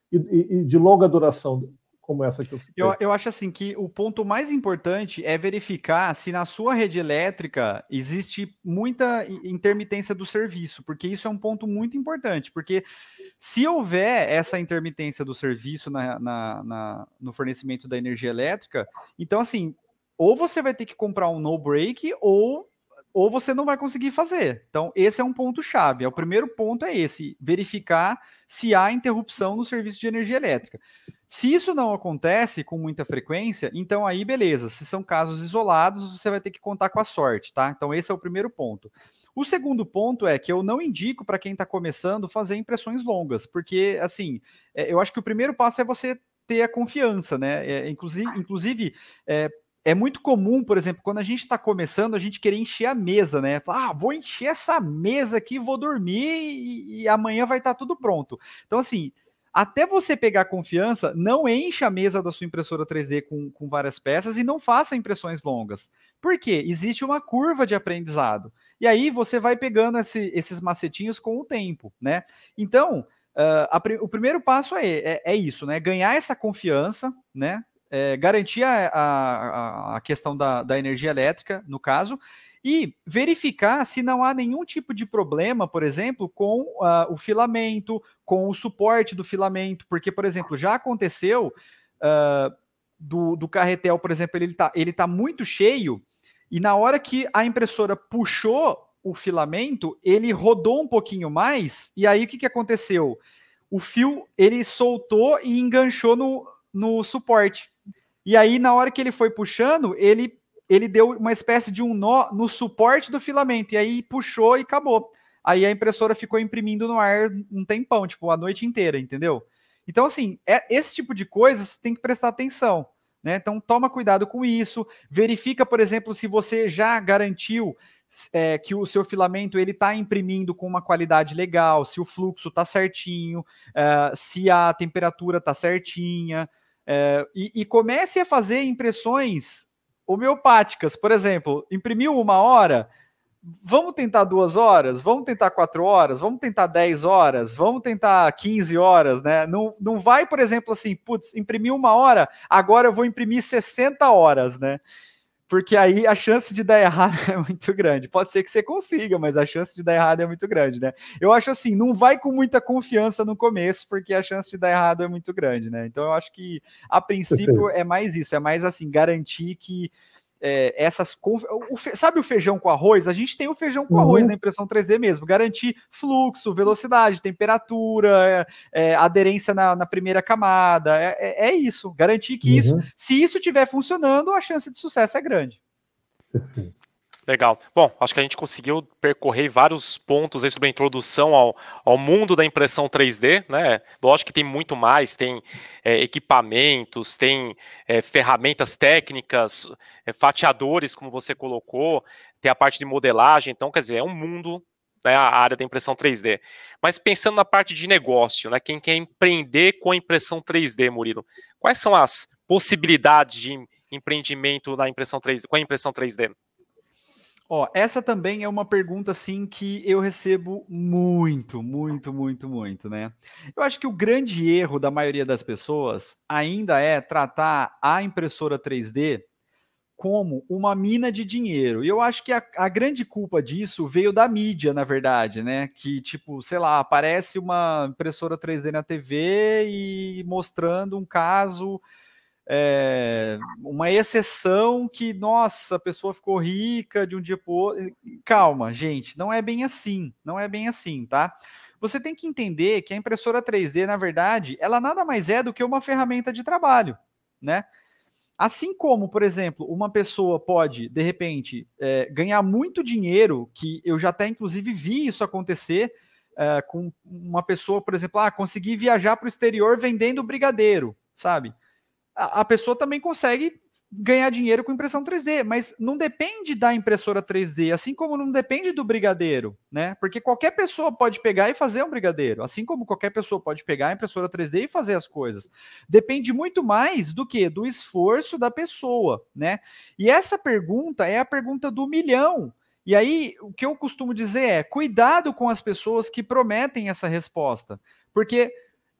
e, e, e de longa duração, como essa que eu citei. Eu, eu acho assim que o ponto mais importante é verificar se na sua rede elétrica existe muita intermitência do serviço, porque isso é um ponto muito importante, porque se houver essa intermitência do serviço na, na, na, no fornecimento da energia elétrica, então assim, ou você vai ter que comprar um no-break, ou ou você não vai conseguir fazer. Então, esse é um ponto-chave. O primeiro ponto é esse, verificar se há interrupção no serviço de energia elétrica. Se isso não acontece com muita frequência, então aí beleza. Se são casos isolados, você vai ter que contar com a sorte, tá? Então, esse é o primeiro ponto. O segundo ponto é que eu não indico para quem está começando fazer impressões longas, porque, assim, é, eu acho que o primeiro passo é você ter a confiança, né? É, inclusive, inclusive é, É muito comum, por exemplo, quando a gente está começando, a gente querer encher a mesa, né? Ah, vou encher essa mesa aqui, vou dormir e, e amanhã vai estar tudo pronto. Então, assim, até você pegar confiança, não encha a mesa da sua impressora três D com, com várias peças e não faça impressões longas. Por quê? Existe uma curva de aprendizado. E aí você vai pegando esse, esses macetinhos com o tempo, né? Então, uh, a, o primeiro passo é, é, é isso, né? Ganhar essa confiança, né? É, garantir a, a, a questão da, da energia elétrica, no caso, e verificar se não há nenhum tipo de problema, por exemplo, com uh, o filamento, com o suporte do filamento, porque, por exemplo, já aconteceu uh, do, do carretel, por exemplo, ele está ele tá muito cheio, e na hora que a impressora puxou o filamento, ele rodou um pouquinho mais, e aí o que, que aconteceu? O fio, ele soltou e enganchou no, no suporte. E aí, na hora que ele foi puxando, ele, ele deu uma espécie de um nó no suporte do filamento, e aí puxou e acabou. Aí a impressora ficou imprimindo no ar um tempão, tipo, a noite inteira, entendeu? Então, assim, é, esse tipo de coisa você tem que prestar atenção, né? Então, toma cuidado com isso, verifica, por exemplo, se você já garantiu é, que o seu filamento ele está imprimindo com uma qualidade legal, se o fluxo está certinho, é, se a temperatura está certinha, É, e, e comece a fazer impressões homeopáticas. Por exemplo, imprimiu uma hora, vamos tentar duas horas, vamos tentar quatro horas, vamos tentar dez horas, vamos tentar quinze horas, né? Não, não vai, por exemplo, assim, putz, imprimiu uma hora, agora eu vou imprimir sessenta horas, né? Porque aí a chance de dar errado é muito grande. Pode ser que você consiga, mas a chance de dar errado é muito grande, né? Eu acho assim, não vai com muita confiança no começo, porque a chance de dar errado é muito grande, né? Então eu acho que, a princípio, é mais isso, é mais assim, garantir que é, essas... O fe... Sabe o feijão com arroz? A gente tem o feijão com uhum. arroz na impressão três D mesmo, garantir fluxo, velocidade, temperatura, é, é, aderência na, na primeira camada, é, é, é isso, garantir que uhum. isso, se isso estiver funcionando, a chance de sucesso é grande. Legal. Bom, acho que a gente conseguiu percorrer vários pontos aí sobre a introdução ao, ao mundo da impressão três D, né? Lógico que tem muito mais, tem é, equipamentos, tem é, ferramentas técnicas, é, fatiadores, como você colocou, tem a parte de modelagem, então, quer dizer, é um mundo, né, a área da impressão três D. Mas pensando na parte de negócio, né, quem quer empreender com a impressão três D, Murilo, quais são as possibilidades de empreendimento na impressão três D, com a impressão três D? Ó, essa também é uma pergunta, assim, que eu recebo muito, muito, muito, muito, né? Eu acho que o grande erro da maioria das pessoas ainda é tratar a impressora três D como uma mina de dinheiro. E eu acho que a, a grande culpa disso veio da mídia, na verdade, né? Que, tipo, sei lá, aparece uma impressora três D na T V e mostrando um caso... É, uma exceção que, nossa, a pessoa ficou rica de um dia para o outro. Calma, gente, não é bem assim, não é bem assim, tá? Você tem que entender que a impressora três D, na verdade, ela nada mais é do que uma ferramenta de trabalho, né? Assim como, por exemplo, uma pessoa pode, de repente, é, ganhar muito dinheiro, que eu já até, inclusive, vi isso acontecer é, com uma pessoa, por exemplo, ah, conseguir viajar para o exterior vendendo brigadeiro, sabe? A pessoa também consegue ganhar dinheiro com impressão três D, mas não depende da impressora três D, assim como não depende do brigadeiro, né? Porque qualquer pessoa pode pegar e fazer um brigadeiro, assim como qualquer pessoa pode pegar a impressora três D e fazer as coisas. Depende muito mais do que do esforço da pessoa, né? E essa pergunta é a pergunta do milhão. E aí, o que eu costumo dizer é, cuidado com as pessoas que prometem essa resposta, porque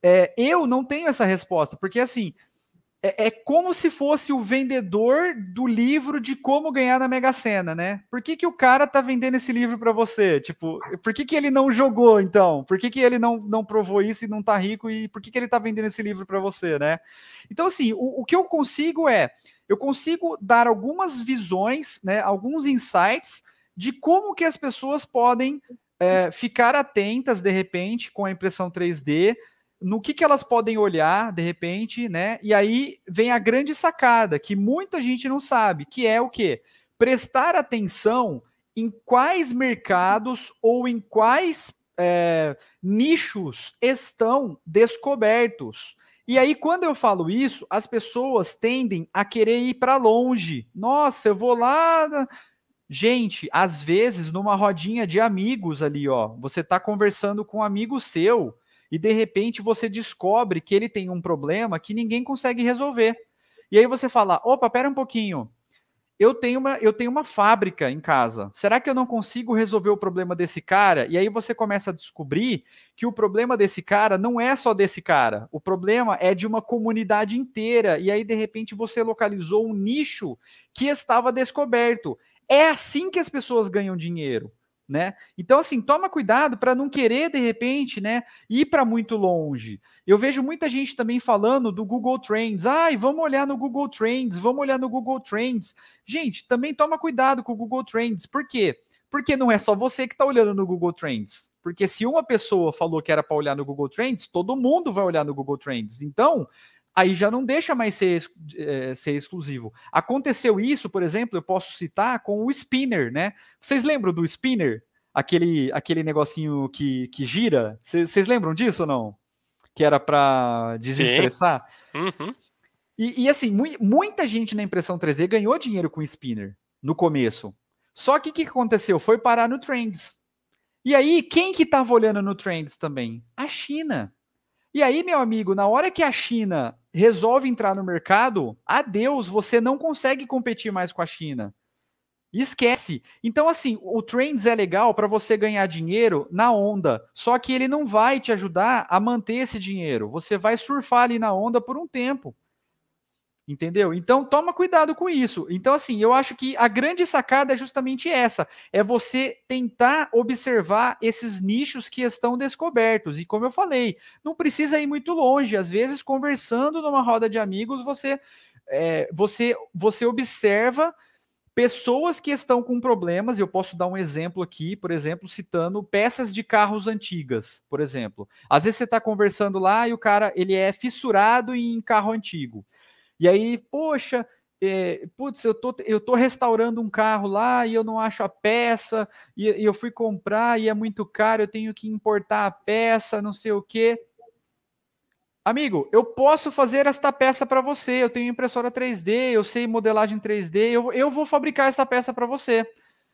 é, eu não tenho essa resposta, porque assim, é, é como se fosse o vendedor do livro de como ganhar na Mega Sena, né? Por que, que o cara tá vendendo esse livro para você? Tipo, por que, que ele não jogou, então? Por que, que ele não, não provou isso e não tá rico? E por que, que ele tá vendendo esse livro para você, né? Então, assim, o, o que eu consigo é, eu consigo dar algumas visões, né, alguns insights de como que as pessoas podem é, ficar atentas, de repente, com a impressão três D, no que, que elas podem olhar, de repente, né? E aí vem a grande sacada, que muita gente não sabe, que é o quê? Prestar atenção em quais mercados ou em quais é, nichos estão descobertos. E aí, quando eu falo isso, as pessoas tendem a querer ir para longe. Nossa, eu vou lá... Gente, às vezes, numa rodinha de amigos ali, ó, você está conversando com um amigo seu e, de repente, você descobre que ele tem um problema que ninguém consegue resolver. E aí você fala, opa, pera um pouquinho, eu tenho uma, eu tenho uma fábrica em casa, será que eu não consigo resolver o problema desse cara? E aí você começa a descobrir que o problema desse cara não é só desse cara, o problema é de uma comunidade inteira, e aí, de repente, você localizou um nicho que estava descoberto. É assim que as pessoas ganham dinheiro, né? Então, assim, toma cuidado para não querer, de repente, né, ir para muito longe. Eu vejo muita gente também falando do Google Trends. Ai, vamos olhar no Google Trends, vamos olhar no Google Trends. Gente, também toma cuidado com o Google Trends. Por quê? Porque não é só você que está olhando no Google Trends. Porque se uma pessoa falou que era para olhar no Google Trends, todo mundo vai olhar no Google Trends. Então, aí já não deixa mais ser, é, ser exclusivo. Aconteceu isso, por exemplo, eu posso citar com o Spinner, né? Vocês lembram do Spinner? Aquele, aquele negocinho que, que gira? Vocês lembram disso ou não? Que era para desestressar? Uhum. E, e assim, mu muita gente na impressão três D ganhou dinheiro com o Spinner no começo. Só que o que aconteceu? Foi parar no Trends. E aí, quem que estava olhando no Trends também? A China. E aí, meu amigo, na hora que a China resolve entrar no mercado, adeus, você não consegue competir mais com a China. Esquece. Então, assim, o Trends é legal para você ganhar dinheiro na onda, só que ele não vai te ajudar a manter esse dinheiro. Você vai surfar ali na onda por um tempo. Entendeu? Então, toma cuidado com isso. Então, assim, eu acho que a grande sacada é justamente essa. É você tentar observar esses nichos que estão descobertos. E como eu falei, não precisa ir muito longe. Às vezes, conversando numa roda de amigos, você, é, você, você observa pessoas que estão com problemas. Eu posso dar um exemplo aqui, por exemplo, citando peças de carros antigas, por exemplo. Às vezes você está conversando lá e o cara ele é fissurado em carro antigo. E aí, poxa, é, putz, eu tô, eu tô restaurando um carro lá e eu não acho a peça, e, e eu fui comprar e é muito caro, eu tenho que importar a peça, não sei o quê. Amigo, eu posso fazer esta peça para você, eu tenho impressora três D, eu sei modelagem três D, eu, eu vou fabricar essa peça para você.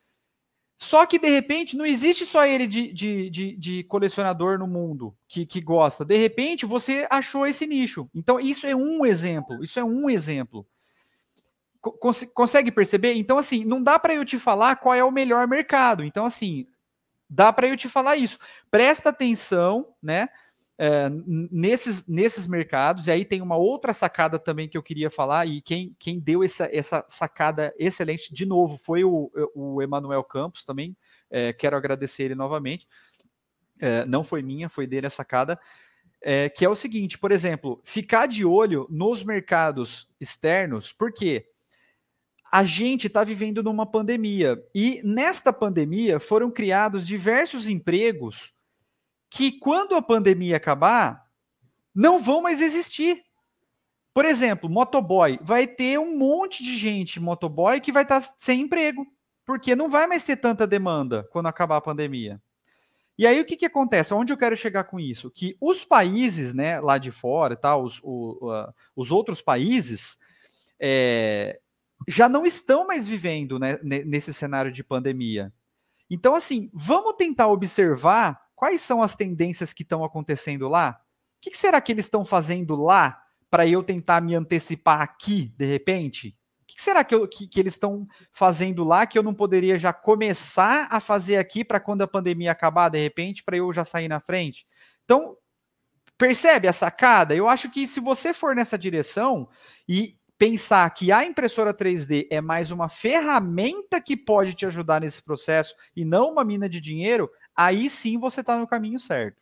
Só que, de repente, não existe só ele de, de, de, de colecionador no mundo que, que gosta. De repente, você achou esse nicho. Então, isso é um exemplo. Isso é um exemplo. Cons consegue perceber? Então, assim, não dá para eu te falar qual é o melhor mercado. Então, assim, dá para eu te falar isso. Presta atenção, né? É, nesses, nesses mercados, e aí tem uma outra sacada também que eu queria falar, e quem, quem deu essa, essa sacada excelente, de novo, foi o, o Emanuel Campos também, é, quero agradecer ele novamente, é, não foi minha, foi dele a sacada, é, que é o seguinte, por exemplo, ficar de olho nos mercados externos, porque a gente está vivendo numa pandemia, e nesta pandemia foram criados diversos empregos que quando a pandemia acabar, não vão mais existir. Por exemplo, motoboy. Vai ter um monte de gente motoboy que vai estar sem emprego, porque não vai mais ter tanta demanda quando acabar a pandemia. E aí o que, que acontece? Onde eu quero chegar com isso? Que os países, né, lá de fora, tá, os, o, uh, os outros países, é, já não estão mais vivendo, né, nesse cenário de pandemia. Então, assim, vamos tentar observar quais são as tendências que estão acontecendo lá? O que, que será que eles estão fazendo lá para eu tentar me antecipar aqui, de repente? O que, que será que, eu, que, que eles estão fazendo lá que eu não poderia já começar a fazer aqui para quando a pandemia acabar, de repente, para eu já sair na frente? Então, percebe a sacada? Eu acho que se você for nessa direção e pensar que a impressora três D é mais uma ferramenta que pode te ajudar nesse processo e não uma mina de dinheiro, aí sim você está no caminho certo.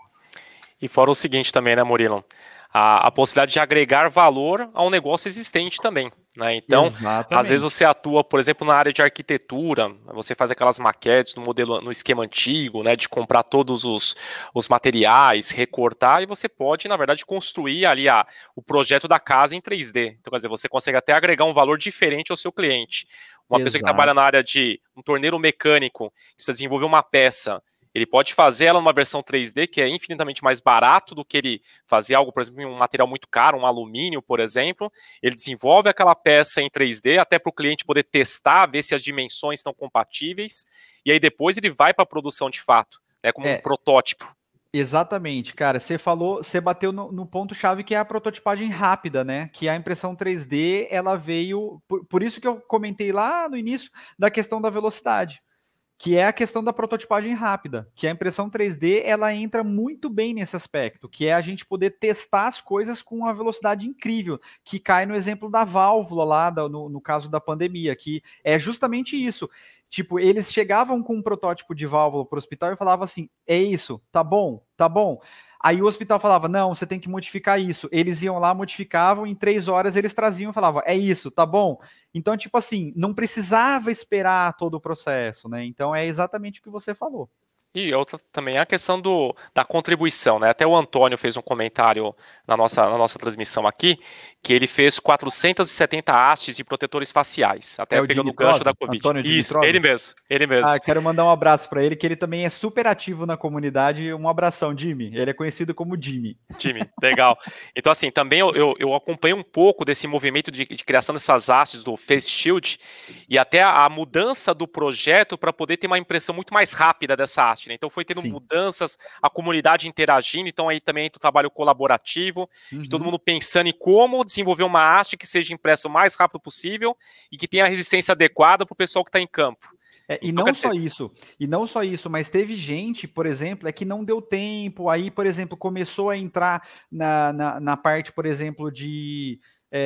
E fora o seguinte também, né, Murilo? A, a possibilidade de agregar valor a um negócio existente também, né? Então, Exatamente. Às vezes você atua, por exemplo, na área de arquitetura, você faz aquelas maquetes no modelo, no esquema antigo, né, de comprar todos os, os materiais, recortar, e você pode, na verdade, construir ali a, o projeto da casa em três D. Então, quer dizer, você consegue até agregar um valor diferente ao seu cliente. Uma pessoa que trabalha na área de um torneiro mecânico, que precisa desenvolver uma peça, ele pode fazer ela numa versão três D, que é infinitamente mais barato do que ele fazer algo, por exemplo, em um material muito caro, um alumínio, por exemplo. Ele desenvolve aquela peça em três D, até para o cliente poder testar, ver se as dimensões estão compatíveis, e aí depois ele vai para a produção de fato, né, como é. um protótipo. Exatamente, cara, você falou, você bateu no, no ponto-chave que é a prototipagem rápida, né, que a impressão três D, ela veio, por, por isso que eu comentei lá no início da questão da velocidade, que é a questão da prototipagem rápida, que a impressão três D, ela entra muito bem nesse aspecto, que é a gente poder testar as coisas com uma velocidade incrível, que cai no exemplo da válvula lá, no, no caso da pandemia, que é justamente isso. Tipo, eles chegavam com um protótipo de válvula para o hospital e falavam assim, é isso, tá bom, tá bom. Aí o hospital falava, não, você tem que modificar isso. Eles iam lá, modificavam, em três horas eles traziam e falavam, é isso, tá bom. Então, tipo assim, não precisava esperar todo o processo, né? Então é exatamente o que você falou. E outra também é a questão do, da contribuição, né? Até o Antônio fez um comentário na nossa, na nossa transmissão aqui, que ele fez quatrocentas e setenta hastes de protetores faciais, até é pegando o gancho da Covid. Antônio Isso, Dimitrov? ele mesmo, ele mesmo. Ah, quero mandar um abraço para ele, que ele também é super ativo na comunidade. Um abração, Jimmy. Ele é conhecido como Jimmy. Jimmy, legal. Então, assim, também eu, eu, eu acompanho um pouco desse movimento de, de criação dessas hastes do Face Shield e até a, a mudança do projeto para poder ter uma impressão muito mais rápida dessa haste, né? Então foi tendo Sim. mudanças, a comunidade interagindo, então aí também entra o trabalho colaborativo, uhum. de todo mundo pensando em como desenvolver uma haste que seja impressa o mais rápido possível e que tenha a resistência adequada para o pessoal que está em campo. É, e então, não só dizer... isso, e não só isso, mas teve gente, por exemplo, é que não deu tempo, aí, por exemplo, começou a entrar na, na, na parte, por exemplo, de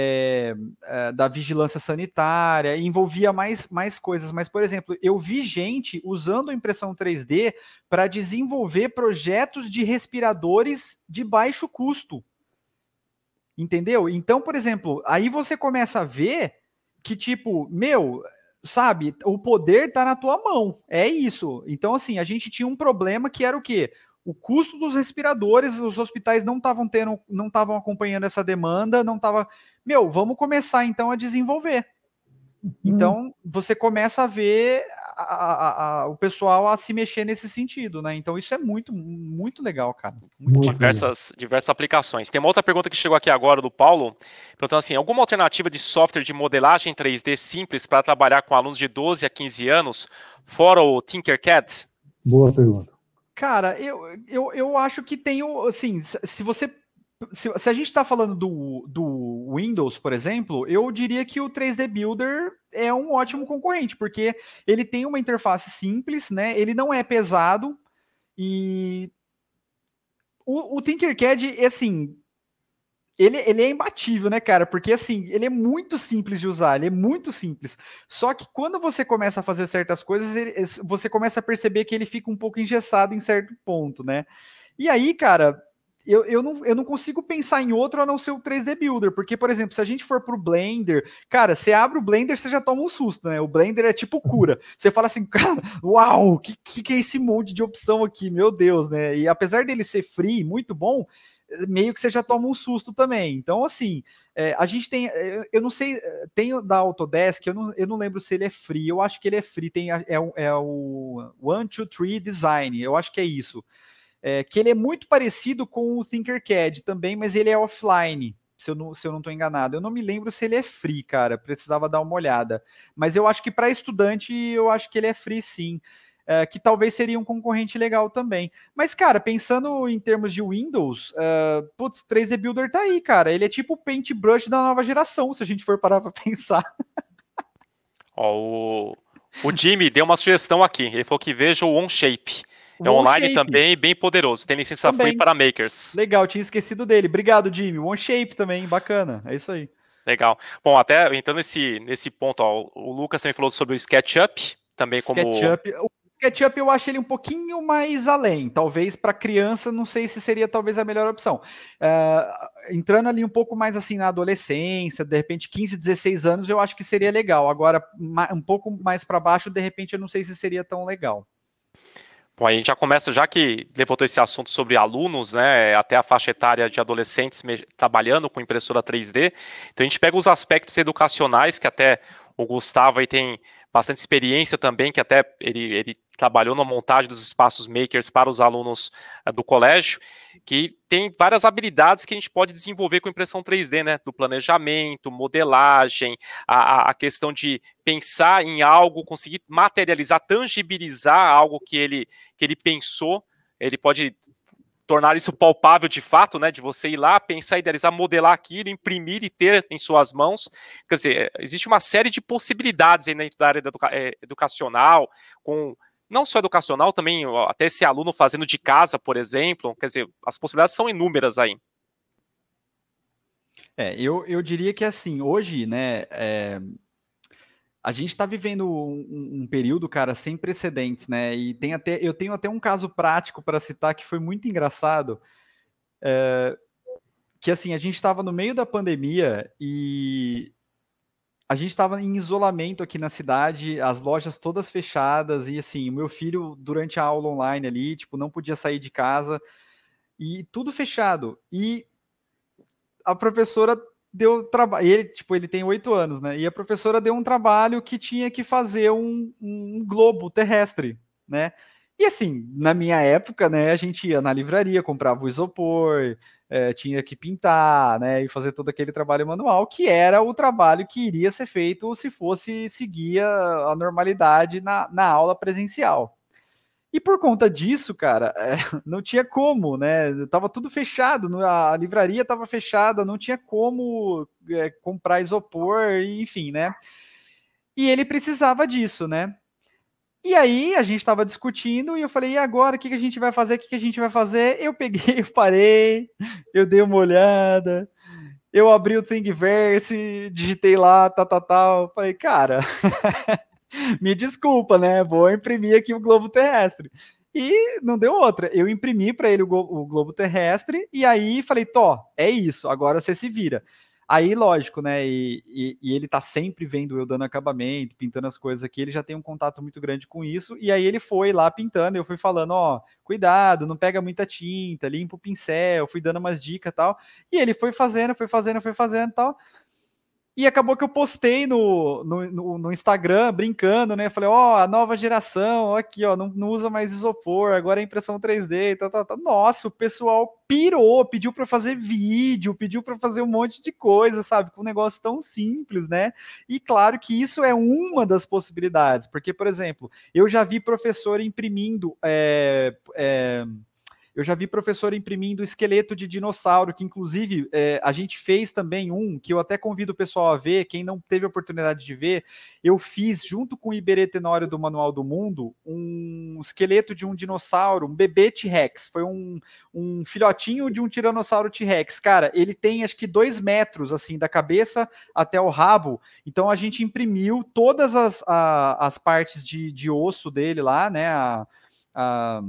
é, é, da vigilância sanitária, envolvia mais, mais coisas, mas, por exemplo, eu vi gente usando a impressão três D para desenvolver projetos de respiradores de baixo custo. Entendeu? Então, por exemplo, aí você começa a ver que, tipo, meu... sabe, o poder tá na tua mão, é isso. Então, assim, a gente tinha um problema que era o quê? O custo dos respiradores, os hospitais não estavam tendo, não estavam acompanhando essa demanda, não tava, meu, vamos começar então a desenvolver. Então, você começa a ver a, a, a, o pessoal a se mexer nesse sentido, né? Então, isso é muito, muito legal, cara. Muito diversas, diversas aplicações. Tem uma outra pergunta que chegou aqui agora do Paulo, perguntando assim, alguma alternativa de software de modelagem três D simples para trabalhar com alunos de doze a quinze anos, fora o Tinkercad? Boa pergunta. Cara, eu, eu, eu acho que tem, assim, se você... Se, se a gente está falando do, do Windows, por exemplo, eu diria que o três D Builder é um ótimo concorrente, porque ele tem uma interface simples, né? Ele não é pesado e o, o Tinkercad, assim, ele, ele é imbatível, né, cara? Porque, assim, ele é muito simples de usar, ele é muito simples. Só que quando você começa a fazer certas coisas, ele, você começa a perceber que ele fica um pouco engessado em certo ponto, né? E aí, cara... Eu, eu, não, eu não consigo pensar em outro a não ser o três D Builder, porque, por exemplo, se a gente for pro Blender, cara, você abre o Blender, você já toma um susto, né? O Blender é tipo cura. Você fala assim, cara, uau, que, que, que é esse monte de opção aqui? Meu Deus, né? E apesar dele ser free, muito bom, meio que você já toma um susto também. Então, assim, é, a gente tem, eu não sei, tem o da Autodesk, eu não, eu não lembro se ele é free, eu acho que ele é free, tem, é, é o one, two, three Design, eu acho que é isso. É, que ele é muito parecido com o Tinkercad também, mas ele é offline, se eu não se eu não estou enganado. Eu não me lembro se ele é free, cara, precisava dar uma olhada. Mas eu acho que para estudante, eu acho que ele é free sim, é, que talvez seria um concorrente legal também. Mas, cara, pensando em termos de Windows, uh, putz, três D Builder tá aí, cara. Ele é tipo o Paintbrush da nova geração, se a gente for parar para pensar. Ó, o, o Jimmy deu uma sugestão aqui, ele falou que veja o OnShape. É online também, bem poderoso. Tem licença também. free para makers. Legal, tinha esquecido dele. Obrigado, Jimmy. OneShape também, bacana. É isso aí. Legal. Bom, até entrando nesse, nesse ponto, ó, o Lucas também falou sobre o SketchUp, também como... SketchUp, o SketchUp eu acho ele um pouquinho mais além. Talvez para criança, não sei se seria talvez a melhor opção. Uh, entrando ali um pouco mais assim na adolescência, de repente quinze, dezesseis anos, eu acho que seria legal. Agora, um pouco mais para baixo, de repente eu não sei se seria tão legal. Bom, a gente já começa, já que levantou esse assunto sobre alunos, né, até a faixa etária de adolescentes trabalhando com impressora três D, então a gente pega os aspectos educacionais, que até o Gustavo aí tem bastante experiência também, que até ele, ele trabalhou na montagem dos espaços makers para os alunos uh, do colégio, que tem várias habilidades que a gente pode desenvolver com impressão três D, né, do planejamento, modelagem, a, a questão de pensar em algo, conseguir materializar, tangibilizar algo que ele, que ele pensou, ele pode tornar isso palpável de fato, né, de você ir lá, pensar, idealizar, modelar aquilo, imprimir e ter em suas mãos. Quer dizer, existe uma série de possibilidades aí dentro da área educa educacional, com não só educacional, também até esse aluno fazendo de casa, por exemplo. Quer dizer, as possibilidades são inúmeras aí. É, eu, eu diria que assim, hoje, né, é, a gente está vivendo um, um período, cara, sem precedentes, né, e tem até, eu tenho até um caso prático para citar que foi muito engraçado, é, que assim, a gente estava no meio da pandemia e a gente estava em isolamento aqui na cidade, as lojas todas fechadas, e assim, o meu filho, durante a aula online ali, tipo, não podia sair de casa, e tudo fechado. E a professora deu trabalho, ele, tipo, ele tem oito anos, né? E a professora deu um trabalho que tinha que fazer um, um globo terrestre, né? E assim, na minha época, né, a gente ia na livraria, comprava o isopor, é, tinha que pintar, né, e fazer todo aquele trabalho manual, que era o trabalho que iria ser feito se fosse seguir a, a normalidade na, na aula presencial. E por conta disso, cara, é, não tinha como, né? Tava tudo fechado, a livraria tava fechada, não tinha como é, comprar isopor, enfim, né? E ele precisava disso, né? E aí a gente estava discutindo e eu falei, e agora, o que, que a gente vai fazer? O que, que a gente vai fazer? Eu peguei, eu parei, eu dei uma olhada, eu abri o Thingiverse, digitei lá, tal, tal, tal. Falei, cara, me desculpa, né? Vou imprimir aqui o globo terrestre. E não deu outra. Eu imprimi para ele o, o globo terrestre e aí falei, Tó, é isso, agora você se vira. Aí, lógico, né? E, e, e ele tá sempre vendo eu dando acabamento, pintando as coisas aqui, ele já tem um contato muito grande com isso. E aí ele foi lá pintando, eu fui falando, ó, cuidado, não pega muita tinta, limpa o pincel, fui dando umas dicas e tal. E ele foi fazendo, foi fazendo, foi fazendo e tal. E acabou que eu postei no, no, no Instagram, brincando, né? Falei, ó, oh, a nova geração, ó, aqui, ó, não, não usa mais isopor, agora é impressão três D, tá, tá, tá. Nossa, o pessoal pirou, pediu para fazer vídeo, pediu para fazer um monte de coisa, sabe? Com um negócio tão simples, né? E claro que isso é uma das possibilidades, porque, por exemplo, eu já vi professor imprimindo... É, é, Eu já vi professor imprimindo esqueleto de dinossauro, que inclusive é, a gente fez também um, que eu até convido o pessoal a ver, quem não teve a oportunidade de ver, eu fiz junto com o Iberê Tenório do Manual do Mundo, um esqueleto de um dinossauro, um bebê T-Rex, foi um, um filhotinho de um tiranossauro T-Rex, cara, ele tem acho que dois metros, assim, da cabeça até o rabo, então a gente imprimiu todas as, a, as partes de, de osso dele lá, né, a... a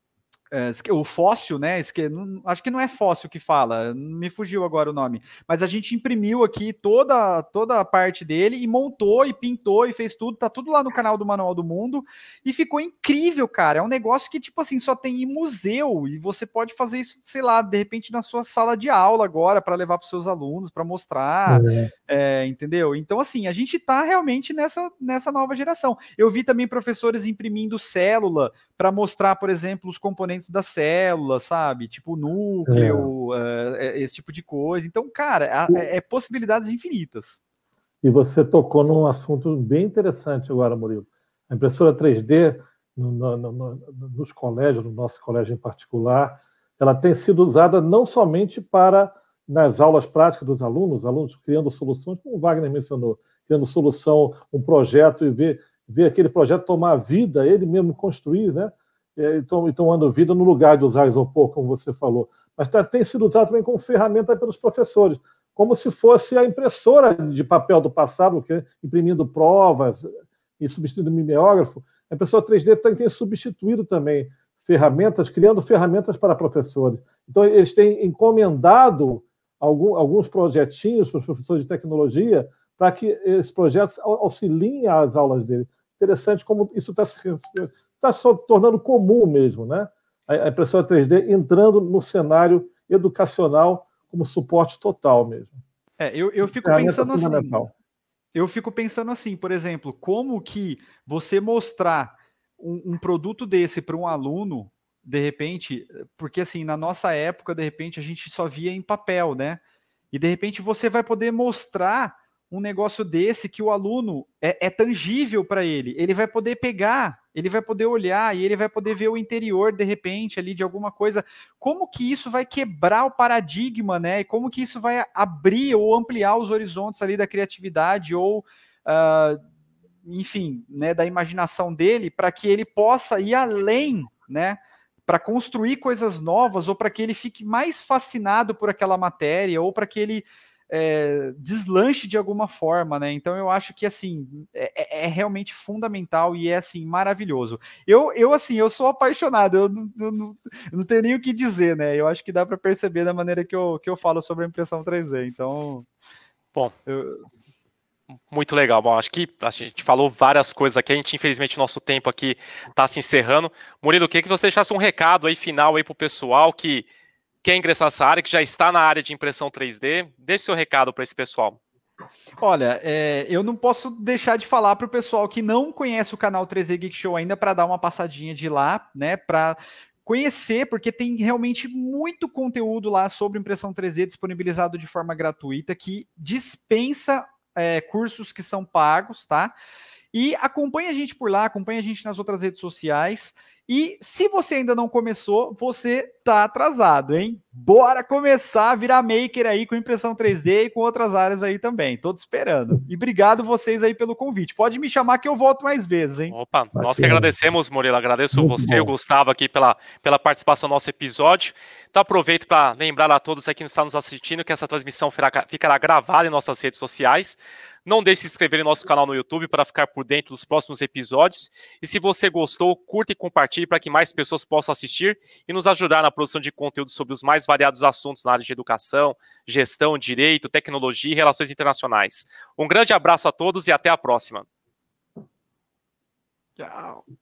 o fóssil, né? Acho que não é fóssil que fala, me fugiu agora o nome. Mas a gente imprimiu aqui toda, toda a parte dele e montou e pintou e fez tudo. Tá tudo lá no canal do Manual do Mundo e ficou incrível, cara. É um negócio que, tipo assim, só tem em museu e você pode fazer isso, sei lá, de repente na sua sala de aula agora para levar para os seus alunos, para mostrar, é. É, entendeu? Então, assim, a gente tá realmente nessa, nessa nova geração. Eu vi também professores imprimindo célula para mostrar, por exemplo, os componentes da célula, sabe? Tipo núcleo, é. uh, esse tipo de coisa. Então, cara, é, é possibilidades infinitas. E você tocou num assunto bem interessante agora, Murilo. A impressora três D, no, no, no, nos colégios, no nosso colégio em particular, ela tem sido usada não somente para nas aulas práticas dos alunos, alunos criando soluções, como o Wagner mencionou, criando solução, um projeto e ver, ver aquele projeto tomar vida, ele mesmo construir, né? é, e tomando vida no lugar de usar isopor, como você falou. Mas tá, tem sido usado também como ferramenta pelos professores, como se fosse a impressora de papel do passado, que, imprimindo provas e substituindo o mimeógrafo. A impressora três D tem, tem substituído também ferramentas, criando ferramentas para professores. Então, eles têm encomendado algum, alguns projetinhos para os professores de tecnologia para que esses projetos auxiliem as aulas deles. Interessante como isso está se, está se tornando comum mesmo, né? A impressora três D entrando no cenário educacional como suporte total mesmo. É, eu, eu fico pensando assim, eu fico pensando assim, por exemplo, como que você mostrar um, um produto desse para um aluno, de repente, porque assim, na nossa época, de repente, a gente só via em papel, né? E de repente você vai poder mostrar um negócio desse que o aluno é, é tangível para ele. Ele vai poder pegar, ele vai poder olhar e ele vai poder ver o interior, de repente, ali de alguma coisa. Como que isso vai quebrar o paradigma, né? E como que isso vai abrir ou ampliar os horizontes ali da criatividade ou, uh, enfim, né, da imaginação dele para que ele possa ir além, né? Para construir coisas novas ou para que ele fique mais fascinado por aquela matéria ou para que ele É, deslanche de alguma forma, né? Então eu acho que assim é, é realmente fundamental e é assim maravilhoso. Eu, eu assim, eu sou apaixonado, eu não, eu não, eu não tenho nem o que dizer, né? Eu acho que dá para perceber da maneira que eu, que eu falo sobre a impressão três D. Então, bom, eu... muito legal. Bom, acho que a gente falou várias coisas aqui. A gente, infelizmente, o nosso tempo aqui está se encerrando. Murilo, queria que você deixasse um recado aí final aí para o pessoal que quer ingressar nessa área, que já está na área de impressão três D, deixe seu recado para esse pessoal. Olha, é, eu não posso deixar de falar para o pessoal que não conhece o canal três D Geek Show ainda para dar uma passadinha de lá, né, para conhecer, porque tem realmente muito conteúdo lá sobre impressão três D disponibilizado de forma gratuita, que dispensa é, cursos que são pagos, tá? E acompanha a gente por lá, acompanha a gente nas outras redes sociais. E se você ainda não começou, você tá atrasado, hein? Bora começar a virar maker aí com impressão três D e com outras áreas aí também. Tô te esperando. E obrigado vocês aí pelo convite. Pode me chamar que eu volto mais vezes, hein? Opa, Bacana. Nós que agradecemos, Murilo. Agradeço Muito você, bom. o Gustavo, aqui pela, pela participação no nosso episódio. Então aproveito para lembrar a todos aqui que estão nos assistindo que essa transmissão ficará, ficará gravada em nossas redes sociais. Não deixe de se inscrever no nosso canal no YouTube para ficar por dentro dos próximos episódios. E se você gostou, curta e compartilhe para que mais pessoas possam assistir e nos ajudar na produção de conteúdo sobre os mais variados assuntos na área de educação, gestão, direito, tecnologia e relações internacionais. Um grande abraço a todos e até a próxima. Tchau.